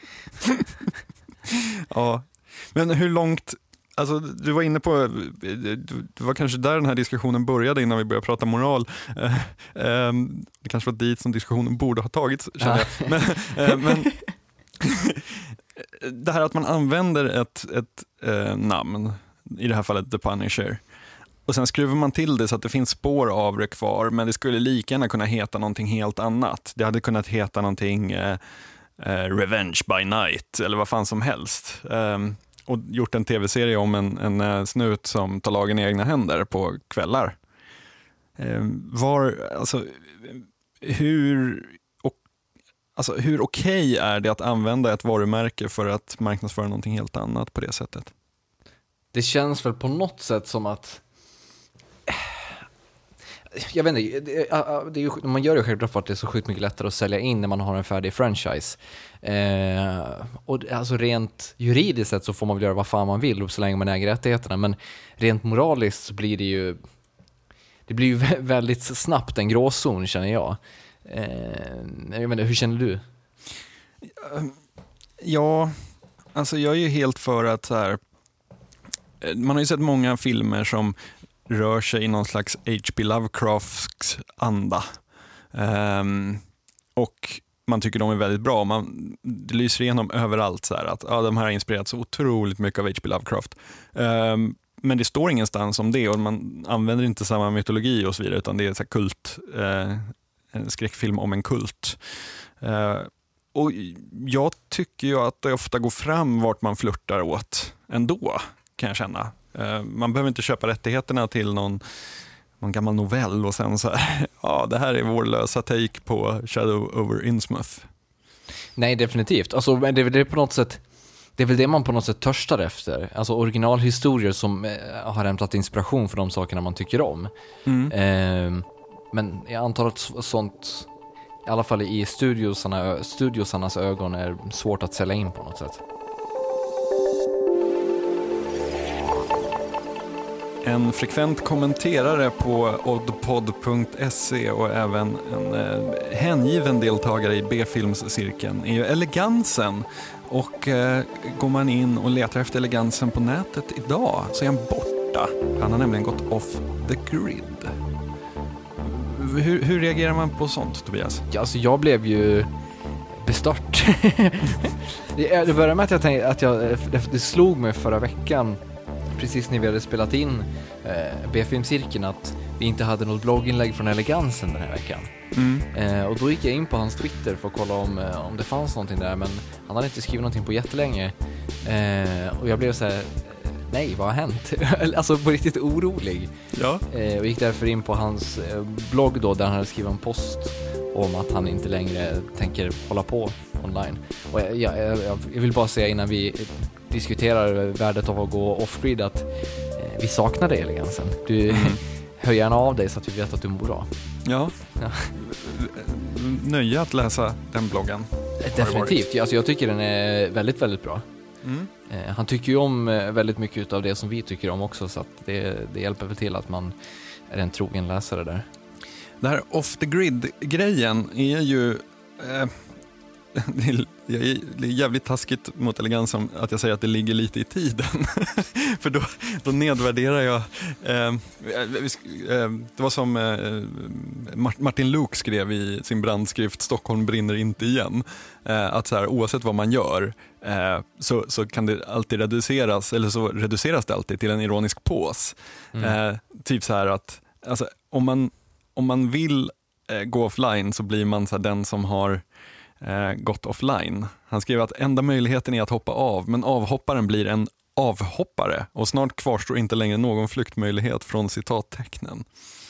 Ja, men hur långt, alltså du var inne på, det var kanske där den här diskussionen började innan vi började prata moral. Det kanske var dit som diskussionen borde ha tagits, känner jag. Men, men det här att man använder ett, ett eh, namn, i det här fallet The Punisher, och sen skruvar man till det så att det finns spår av det kvar, men det skulle lika gärna kunna heta någonting helt annat. Det hade kunnat heta någonting eh, eh, Revenge by Night eller vad fan som helst. Um, och gjort en tv-serie om en, en uh, snut som tar lagen i egna händer på kvällar. Um, var, alltså, hur, och alltså, hur okej är det att använda ett varumärke för att marknadsföra någonting helt annat på det sättet? Det känns väl på något sätt som att jag vet inte, det, det är ju, man gör det självklart för att det är så sjukt mycket lättare att sälja in när man har en färdig franchise. Eh, och alltså rent juridiskt sett så får man väl göra vad fan man vill så länge man äger rättigheterna, men rent moraliskt så blir det ju det blir ju väldigt snabbt en gråzon, känner jag. Eh, jag vet inte, hur känner du? Ja, alltså jag är ju helt för att så här, man har ju sett många filmer som rör sig i någon slags H P Lovecrafts anda. Um, och man tycker de är väldigt bra. Man, det lyser igenom överallt så här, att ja, de här har inspirerats så otroligt mycket av H P Lovecraft. Um, men det står ingenstans om det och man använder inte samma mytologi och så vidare, utan det är så här kult, uh, en skräckfilm om en kult. Uh, och jag tycker ju att det ofta går fram vart man flörtar åt ändå, kan jag känna. Man behöver inte köpa rättigheterna till någon, någon gammal novell och sen så här, ja, det här är vår lösa take på Shadow over Innsmouth. Nej, definitivt. Alltså, det är väl det på något sätt, det är väl det man på något sätt törstar efter. Alltså originalhistorier som eh, har hämtat inspiration för de sakerna man tycker om. Mm. Eh, men jag antar att sånt, i alla fall i studiosarna, studiosarnas ögon, är svårt att sälja in på något sätt. En frekvent kommenterare på oddpod punkt se och även en eh, hängiven deltagare i B-filmscirkeln är ju Elegansen. Och eh, går man in och letar efter Elegansen på nätet idag så är han borta. Han har nämligen gått off the grid. Hur, hur reagerar man på sånt, Tobias? Ja, alltså jag blev ju bestört. det, det började med att jag tänkte att jag, det slog mig förra veckan, precis när vi hade spelat in eh, B-filmscirkeln, att vi inte hade något blogginlägg från Elegansen den här veckan. Mm. Eh, och då gick jag in på hans Twitter för att kolla om, eh, om det fanns någonting där, men han hade inte skrivit någonting på jättelänge. Eh, och jag blev så här, nej, vad har hänt? Alltså på riktigt orolig. Ja. Eh, och gick därför in på hans eh, blogg då, där han hade skrivit en post om att han inte längre tänker hålla på online. Och jag, jag, jag, jag vill bara säga innan vi diskuterar värdet av att gå off-grid att eh, vi saknar dig, Elegansen. Du mm. hör gärna av dig så att vi vet att du mår bra. Ja, ja. Nöje att läsa den bloggen. Definitivt, alltså, jag tycker den är väldigt, väldigt bra. Mm. Eh, han tycker ju om väldigt mycket av det som vi tycker om också, så att det, det hjälper väl till att man är en trogen läsare där. Det här off-the-grid-grejen är ju... Eh, det, är, det är jävligt taskigt mot Elegansen att jag säger att det ligger lite i tiden. För då, då nedvärderar jag... Eh, eh, det var som eh, Martin Luuk skrev i sin brandskrift Stockholm brinner inte igen. Eh, att så här, oavsett vad man gör eh, så, så kan det alltid reduceras, eller så reduceras det alltid till en ironisk pås. Mm. Eh, typ så här att alltså, om man Om man vill eh, gå offline så blir man så här, den som har eh, gått offline. Han skrev att enda möjligheten är att hoppa av, men avhopparen blir en avhoppare och snart kvarstår inte längre någon flyktmöjlighet från citattecknen.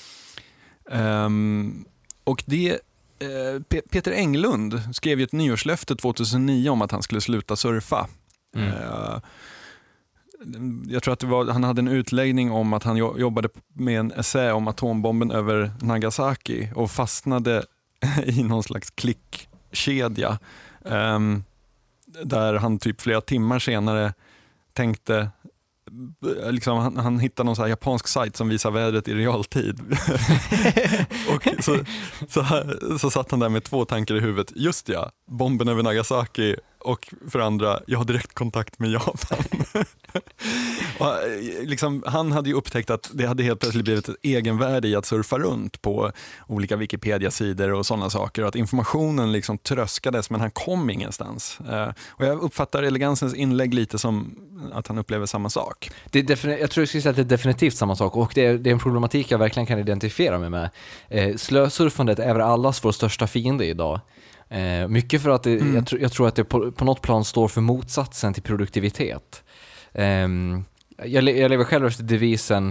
Um, och det eh, P- Peter Englund skrev ju ett nyårslöfte tjugohundranio om att han skulle sluta surfa. Mm. Uh, Jag tror att det var, han hade en utläggning om att han jobbade med en essä om atombomben över Nagasaki och fastnade i någon slags klickkedja um, där han typ flera timmar senare tänkte liksom, han, han hittade någon så här japansk sajt som visar vädret i realtid. Och så, så, så satt han där med två tankar i huvudet. Just ja, bomben över Nagasaki, och för andra, jag har direkt kontakt med Japan. Och, liksom, han hade ju upptäckt att det hade helt plötsligt blivit ett egenvärde i att surfa runt på olika Wikipedia-sidor och sådana saker, och att informationen liksom tröskades, men han kom ingenstans. Uh, och jag uppfattar Elegansens inlägg lite som att han upplever samma sak. Det är defini- jag tror jag skulle säga att det är definitivt samma sak, och det är, det är en problematik jag verkligen kan identifiera mig med. Eh, slösurfandet är väl allas vår största fiende idag. Eh, mycket för att det, mm. jag, tr- jag tror att det på, på något plan står för motsatsen till produktivitet. Eh, jag, le- jag lever själv efter devisen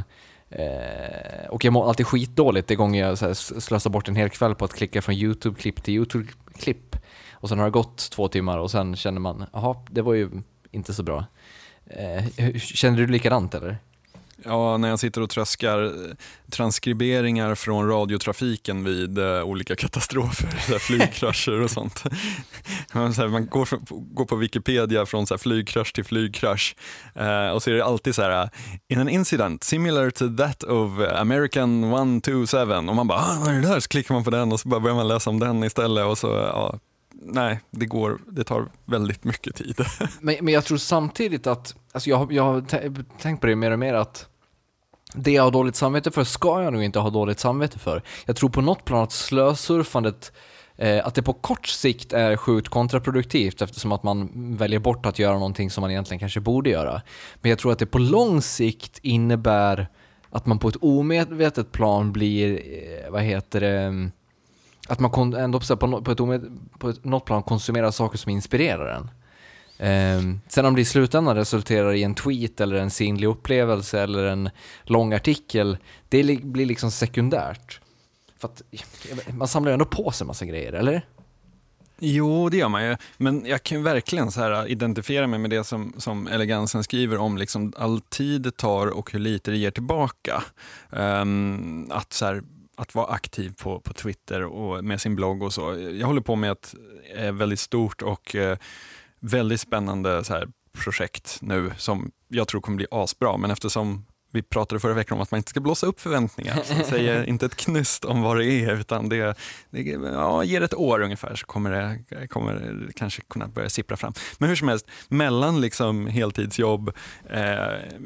Eh, och jag mår alltid skitdåligt det gånger jag så här, slösar bort en hel kväll på att klicka från YouTube-klipp till YouTube-klipp. Och sen har det gått två timmar och sen känner man, jaha, det var ju inte så bra. Eh, känner du likadant eller? Ja, när jag sitter och tröskar transkriberingar från radiotrafiken vid uh, olika katastrofer, så här flygkrascher och sånt. Man, så här, man går, går på Wikipedia från så här flygkrasch till flygkrasch uh, och så är det alltid så här: in an incident similar to that of American one two seven, och man bara, ah, vad är det där? Så klickar man på den och så bara börjar man läsa om den istället och så, ja. Nej, det går, det tar väldigt mycket tid. men, men jag tror samtidigt att, alltså jag, jag har t- tänkt på det mer och mer att det jag har dåligt samvete för ska jag nog inte ha dåligt samvete för. Jag tror på något plan att slösurfandet, eh, att det på kort sikt är sjukt kontraproduktivt eftersom att man väljer bort att göra någonting som man egentligen kanske borde göra. Men jag tror att det på lång sikt innebär att man på ett omedvetet plan blir, eh, vad heter det, att man kon- ändå på, no- på, ett omed- på ett, något plan konsumerar saker som inspirerar en. Eh, sen om det i slutändan resulterar i en tweet eller en sinnlig upplevelse eller en lång artikel, det li- blir liksom sekundärt. För att man samlar ju ändå på sig en massa grejer, eller? Jo, det gör man ju. Men jag kan ju verkligen så här identifiera mig med det som, som Elegansen skriver om liksom all tid det tar och hur lite det ger tillbaka. Um, att så här, att vara aktiv på, på Twitter och med sin blogg och så. Jag håller på med ett eh, väldigt stort och eh, väldigt spännande så här projekt nu som jag tror kommer bli asbra, men eftersom vi pratade förra veckan om att man inte ska blåsa upp förväntningar, så jag säger inte ett knyst om vad det är, utan det, det ja, ger ett år ungefär så kommer det, kommer det kanske kunna börja sippra fram. Men hur som helst, mellan liksom heltidsjobb, eh,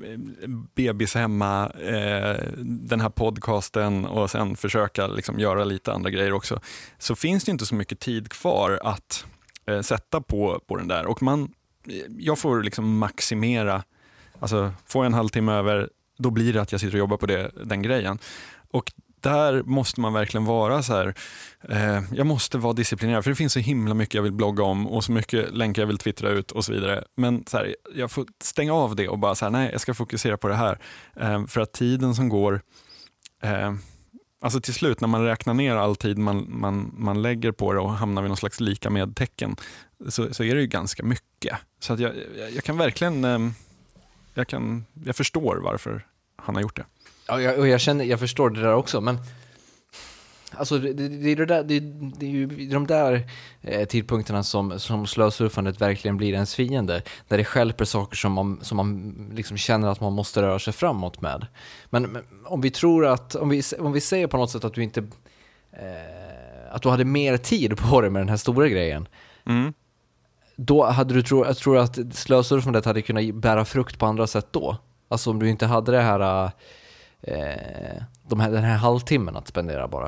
bebis hemma, eh, den här podcasten och sen försöka liksom göra lite andra grejer också, så finns det inte så mycket tid kvar att eh, sätta på, på den där. Och man, jag får liksom maximera, alltså får jag en halvtimme över, då blir det att jag sitter och jobbar på det, den grejen. Och där måste man verkligen vara så här, eh, jag måste vara disciplinerad, för det finns så himla mycket jag vill blogga om och så mycket länkar jag vill twittra ut och så vidare. Men så här, jag får stänga av det och bara så här, nej, jag ska fokusera på det här. Eh, för att tiden som går, eh, alltså till slut när man räknar ner all tid man, man, man lägger på det och hamnar vid någon slags lika med tecken, så, så är det ju ganska mycket. Så att jag, jag, jag kan verkligen... Eh, Jag, kan, jag förstår varför han har gjort det. Ja, jag, och jag, känner, jag förstår det där också, men alltså, det, det, det, är det, där, det, det är ju de där eh, tidpunkterna som, som slösurfandet verkligen blir ens fiende, där det stjälper saker som man, som man liksom känner att man måste röra sig framåt med. Men, men om vi tror att, om vi, om vi säger på något sätt att du inte eh, att du hade mer tid på det med den här stora grejen, mm. Då hade du tro, jag tror att slösurfandet hade kunnat bära frukt på andra sätt då. Alltså om du inte hade det här, eh, de här den här halvtimmen att spendera bara.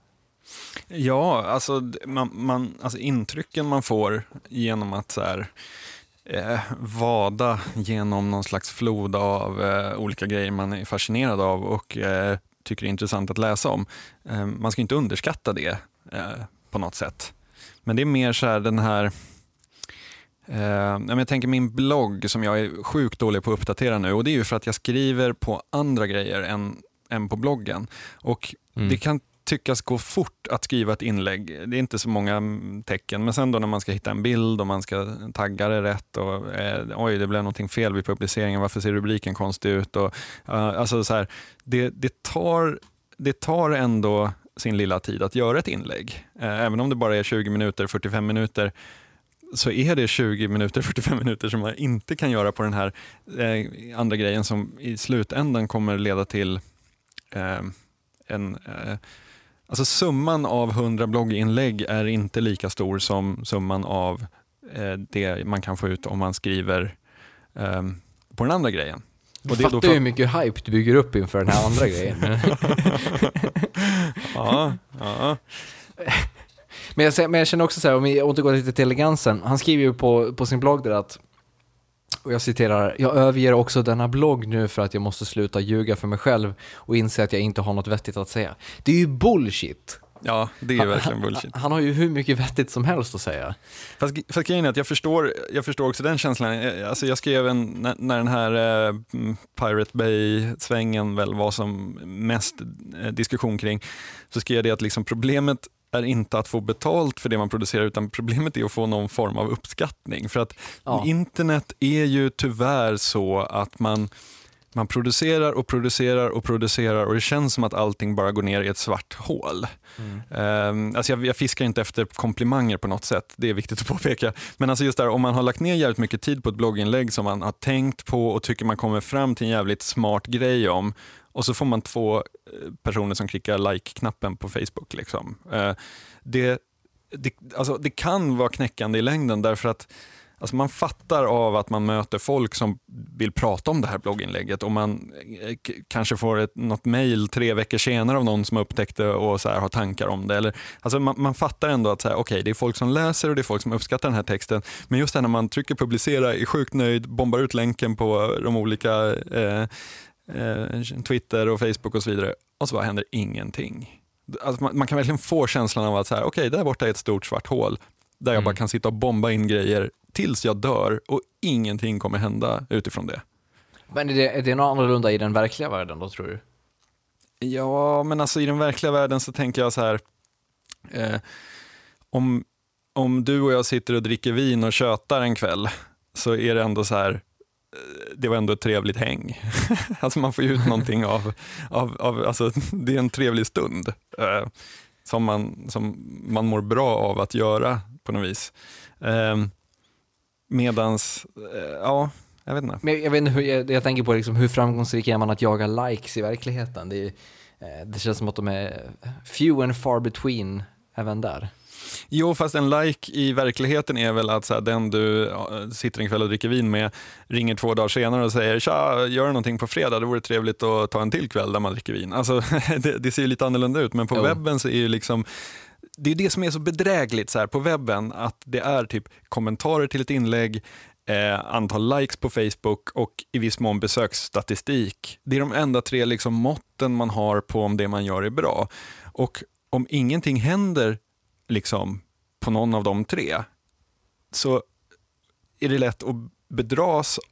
Ja, alltså, man, man, alltså intrycken man får genom att så här, eh, vada genom någon slags flod av eh, olika grejer man är fascinerad av och eh, tycker är intressant att läsa om. Eh, man ska inte underskatta det eh, på något sätt. Men det är mer så här den här... Uh, jag tänker min blogg som jag är sjukt dålig på att uppdatera nu, och det är ju för att jag skriver på andra grejer än, än på bloggen, och mm. det kan tyckas gå fort att skriva ett inlägg, det är inte så många tecken, men sen då när man ska hitta en bild och man ska tagga det rätt och eh, oj, det blev någonting fel vid publiceringen, varför ser rubriken konstig ut och, uh, alltså så här, det, det, tar, det tar ändå sin lilla tid att göra ett inlägg, uh, även om det bara är tjugo minuter, fyrtiofem minuter, så är det tjugo minuter, fyrtiofem minuter som man inte kan göra på den här eh, andra grejen som i slutändan kommer leda till eh, en... Eh, alltså summan av hundra blogginlägg är inte lika stor som summan av eh, det man kan få ut om man skriver eh, på den andra grejen. Du fattar ju för... hur mycket hype du bygger upp inför den här andra grejen. ja, ja. Men jag, men jag känner också så här, om vi återgår lite till Elegansen, han skriver ju på, på sin blogg där att, och jag citerar, jag överger också denna blogg nu för att jag måste sluta ljuga för mig själv och inse att jag inte har något vettigt att säga. Det är ju bullshit. Ja, det är verkligen bullshit. Han, han har ju hur mycket vettigt som helst att säga. Fast, fast grejen är att jag förstår, jag förstår också den känslan. Alltså jag skrev en, när, när den här eh, Pirate Bay-svängen väl var som mest eh, diskussion kring, så skrev jag det att liksom problemet är inte att få betalt för det man producerar, utan problemet är att få någon form av uppskattning. För att ja. internet är ju tyvärr så att man Man producerar och producerar och producerar och det känns som att allting bara går ner i ett svart hål. Mm. Um, alltså jag, jag fiskar inte efter komplimanger på något sätt, det är viktigt att påpeka. Men alltså just där, om man har lagt ner jävligt mycket tid på ett blogginlägg som man har tänkt på och tycker man kommer fram till en jävligt smart grej om, och så får man två personer som klickar like-knappen på Facebook. Liksom. Uh, det, det, alltså det kan vara knäckande i längden därför att alltså man fattar av att man möter folk som vill prata om det här blogginlägget och man k- kanske får ett, något mejl tre veckor senare av någon som upptäckt det och så här har tankar om det. Eller, alltså man, man fattar ändå att så här, okay, det är folk som läser och det är folk som uppskattar den här texten. Men just det när man trycker publicera, är sjukt nöjd, bombar ut länken på de olika eh, eh, Twitter och Facebook och så vidare och så bara händer ingenting. Alltså man, man kan verkligen få känslan av att så här, okej, okay, där borta är ett stort svart hål där jag mm. bara kan sitta och bomba in grejer tills jag dör och ingenting kommer hända utifrån det. Men är det, är det något annorlunda i den verkliga världen då, tror du? Ja, men alltså i den verkliga världen så tänker jag så här, eh, om, om du och jag sitter och dricker vin och tjötar en kväll så är det ändå så här, eh, det var ändå ett trevligt häng. Alltså man får ju ut någonting av, av, av alltså det är en trevlig stund eh, som, man, som man mår bra av att göra på något vis. Eh, Medans, ja, jag vet inte. Men jag vet inte hur, jag, jag tänker på liksom hur framgångsrik är man att jaga likes i verkligheten. Det, är, det känns som att de är few and far between även där. Jo, fast en like i verkligheten är väl att så här, den du sitter en kväll och dricker vin med ringer två dagar senare och säger tja, gör någonting på fredag, det vore trevligt att ta en till kväll där man dricker vin. Alltså, det, det ser ju lite annorlunda ut, men på jo. webben så är ju liksom det är det som är så bedrägligt så här på webben, att det är typ kommentarer till ett inlägg, eh, antal likes på Facebook och i viss mån besöksstatistik. Det är de enda tre liksom måtten man har på om det man gör är bra. Och om ingenting händer liksom på någon av de tre så är det lätt att bedras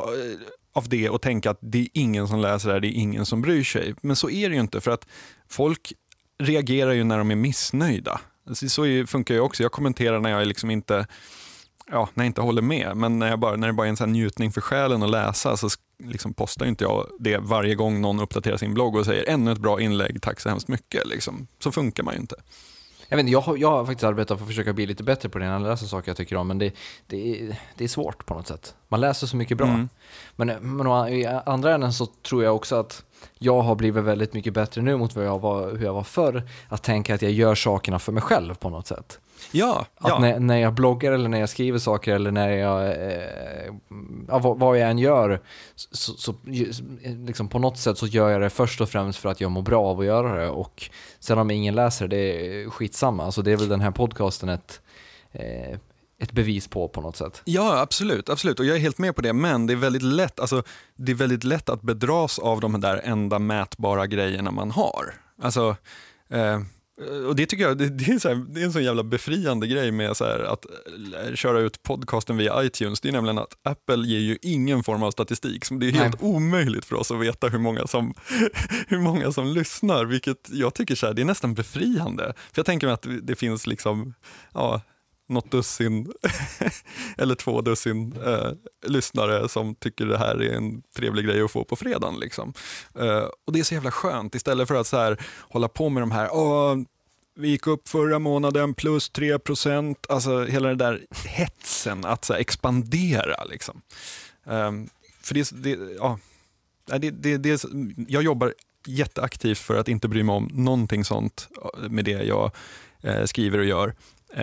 av det och tänka att det är ingen som läser det här, det är ingen som bryr sig. Men så är det ju inte, för att folk reagerar ju när de är missnöjda. Så funkar ju också. Jag kommenterar när jag liksom inte, ja, när jag inte håller med. Men när, jag bara, när det bara är en sån här njutning för själen att läsa så liksom postar inte jag det varje gång någon uppdaterar sin blogg och säger ännu ett bra inlägg, tack så hemskt mycket. Liksom. Så funkar man ju inte. Jag vet inte, jag har, jag har faktiskt arbetat för att försöka bli lite bättre på det när jag läser saker jag tycker om, men det, det, är, det är svårt på något sätt. Man läser så mycket bra. Mm. Men, men i andra änden så tror jag också att jag har blivit väldigt mycket bättre nu mot vad jag var, hur jag var förr, att tänka att jag gör sakerna för mig själv på något sätt. Ja, att ja. När, när jag bloggar eller när jag skriver saker eller när jag eh, ja, vad, vad jag än gör så, så liksom på något sätt så gör jag det först och främst för att jag mår bra av att göra det, och sen om ingen läser det är skitsamma. Alltså det är väl den här podcasten ett eh, ett bevis på på något sätt. Ja, absolut, absolut. Och jag är helt med på det, men det är väldigt lätt, alltså, det är väldigt lätt att bedras av de där enda mätbara grejerna man har. Alltså, eh, och det tycker jag, det, det, är så här, det är en sån jävla befriande grej med så här, att köra ut podcasten via iTunes. Det är nämligen att Apple ger ju ingen form av statistik. Det är helt Nej. omöjligt för oss att veta hur många som, hur många som lyssnar, vilket jag tycker så här, det är nästan befriande. För jag tänker mig att det finns liksom, ja, något dussin eller två dussin eh, lyssnare som tycker det här är en trevlig grej att få på fredagen. Liksom. Eh, och det är så jävla skönt, istället för att så här, hålla på med de här, åh, vi gick upp förra månaden plus tre procent, alltså hela den där hetsen att så här, expandera. Liksom. Eh, för det, det, ja, det, det, det, jag jobbar jätteaktivt för att inte bry mig om någonting sånt med det jag eh, skriver och gör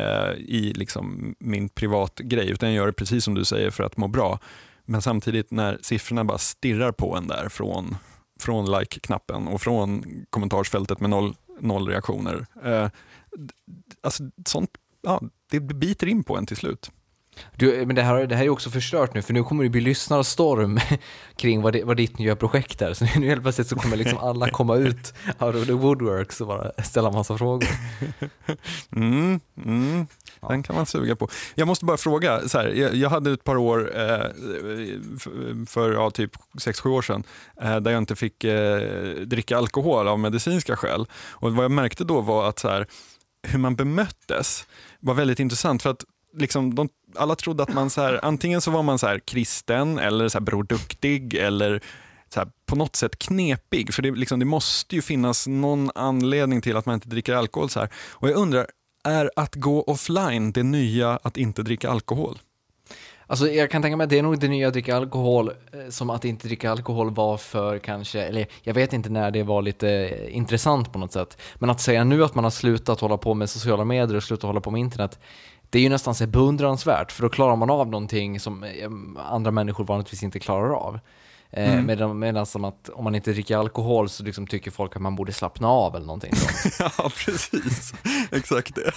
i liksom min privat grej, utan jag gör det precis som du säger för att må bra. Men samtidigt när siffrorna bara stirrar på en där från, från like-knappen och från kommentarsfältet med noll, noll reaktioner. Eh, alltså sånt, ja, det biter in på en till slut. Du, men det här, det här är också förstört nu, för nu kommer det bli lyssnarstorm kring vad, det, vad ditt nya projekt är. Så nu helt plötsligt så kommer liksom alla komma ut out of the woodworks och bara ställa massa frågor. Mm, mm. Ja. Den kan man suga på. Jag måste bara fråga, så här, jag, jag hade ett par år eh, för ja, typ sex sju år sedan eh, där jag inte fick eh, dricka alkohol av medicinska skäl. Och vad jag märkte då var att så här, hur man bemöttes var väldigt intressant, för att liksom, de, alla trodde att man så här, antingen så var man så här kristen eller så här broduktig eller så här, på något sätt knepig, för det, liksom, det måste ju finnas någon anledning till att man inte dricker alkohol så här. Och jag undrar, är att gå offline det nya att inte dricka alkohol? Alltså jag kan tänka mig att det är nog det nya att dricka alkohol som att inte dricka alkohol var för kanske, eller jag vet inte när det var lite intressant på något sätt. Men att säga nu att man har slutat hålla på med sociala medier och slutat hålla på med internet, det är ju nästan så beundransvärt, för då klarar man av någonting som andra människor vanligtvis inte klarar av. Mm. Medan, medan som att om man inte dricker alkohol så liksom tycker folk att man borde slappna av eller någonting sånt. Ja, precis. Exakt det.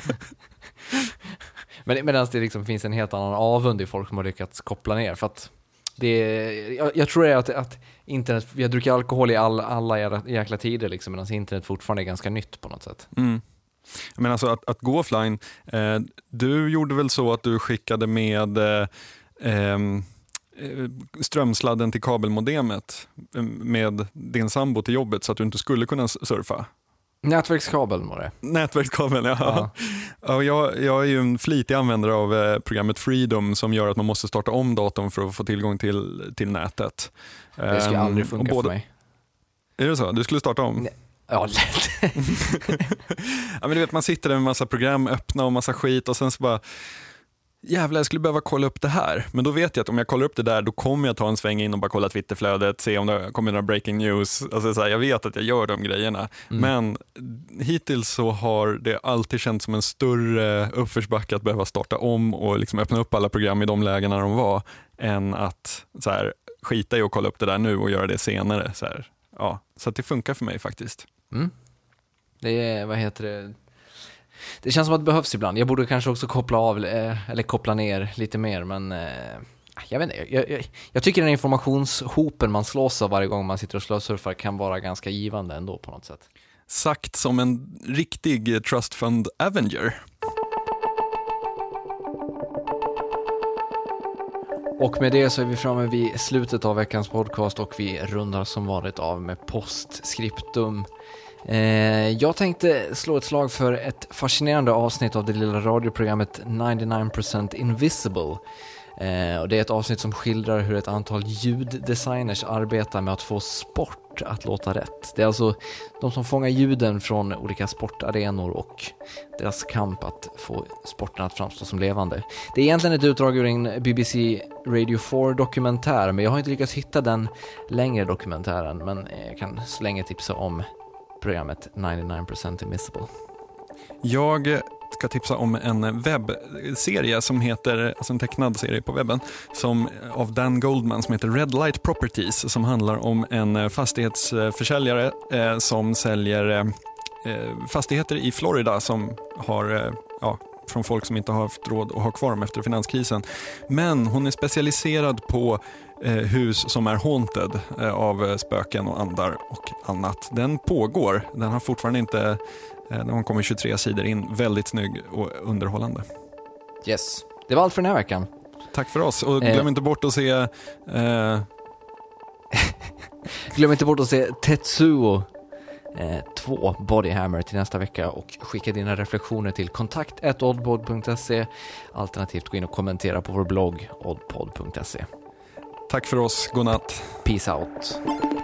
Men medan det liksom finns en helt annan avund i folk som har lyckats koppla ner. För att det är, jag, jag tror det är att, att internet, vi har druckit alkohol i all, alla jäkla tider liksom, medan internet fortfarande är ganska nytt på något sätt. Mm. Men alltså att, att gå offline, eh, du gjorde väl så att du skickade med eh, eh, strömsladden till kabelmodemet med din sambo till jobbet så att du inte skulle kunna surfa? Nätverkskabeln var det. Nätverkskabeln, ja. ja. ja jag, jag är ju en flitig användare av eh, programmet Freedom som gör att man måste starta om datorn för att få tillgång till, till nätet. Det skulle um, aldrig funka både, för mig. Är det så? Du skulle starta om? Nej. Ja, lätt. Ja, men du vet, man sitter där med massa program öppna och massa skit och sen så bara, jävlar, jag skulle behöva kolla upp det här. Men då vet jag att om jag kollar upp det där, då kommer jag ta en sväng in och bara kolla Twitterflödet, se om det kommer några breaking news. Alltså, så här, jag vet att jag gör de grejerna. Mm. Men hittills så har det alltid känts som en större uppförsbacke att behöva starta om och liksom öppna upp alla program i de lägena de var, än att så här, skita i och kolla upp det där nu och göra det senare. Så här. Ja, så att det funkar för mig faktiskt. Mm. Det är, vad heter det? Det känns som att det behövs ibland. Jag borde kanske också koppla av eller koppla ner lite mer, men jag vet inte. Jag, jag, jag tycker den informationshopen man slås av varje gång man sitter och slösurfar kan vara ganska givande ändå på något sätt. Sagt som en riktig trust fund Avenger. Och med det så är vi framme vid slutet av veckans podcast och vi rundar som vanligt av med postskriptum. Eh, jag tänkte slå ett slag för ett fascinerande avsnitt av det lilla radioprogrammet nittionio percent Invisible. Eh, och det är ett avsnitt som skildrar hur ett antal ljuddesigners arbetar med att få sport att låta rätt. Det är alltså de som fångar ljuden från olika sportarenor och deras kamp att få sporten att framstå som levande. Det är egentligen ett utdrag ur en B B C Radio four-dokumentär, men jag har inte lyckats hitta den längre dokumentären, men jag kan så länge tipsa om programmet nittionio percent Invisible. Jag ska tipsa om en webbserie som heter, alltså en tecknad serie på webben, som av Dan Goldman, som heter Red Light Properties, som handlar om en fastighetsförsäljare eh, som säljer eh, fastigheter i Florida som har, eh, ja, från folk som inte har haft råd att ha kvar dem efter finanskrisen. Men hon är specialiserad på eh, hus som är haunted eh, av spöken och andar och annat. Den pågår, den har fortfarande inte, eh, den har kommit tjugotre sidor in, väldigt snygg och underhållande. Yes, det var allt för den här veckan. Tack för oss, och glöm eh. inte bort att se eh... glöm inte bort att se Tetsuo Eh, två Bodyhammer till nästa vecka, och skicka dina reflektioner till kontakt at oddpod punkt se, alternativt gå in och kommentera på vår blogg oddpod punkt se. Tack för oss, godnatt. Peace out.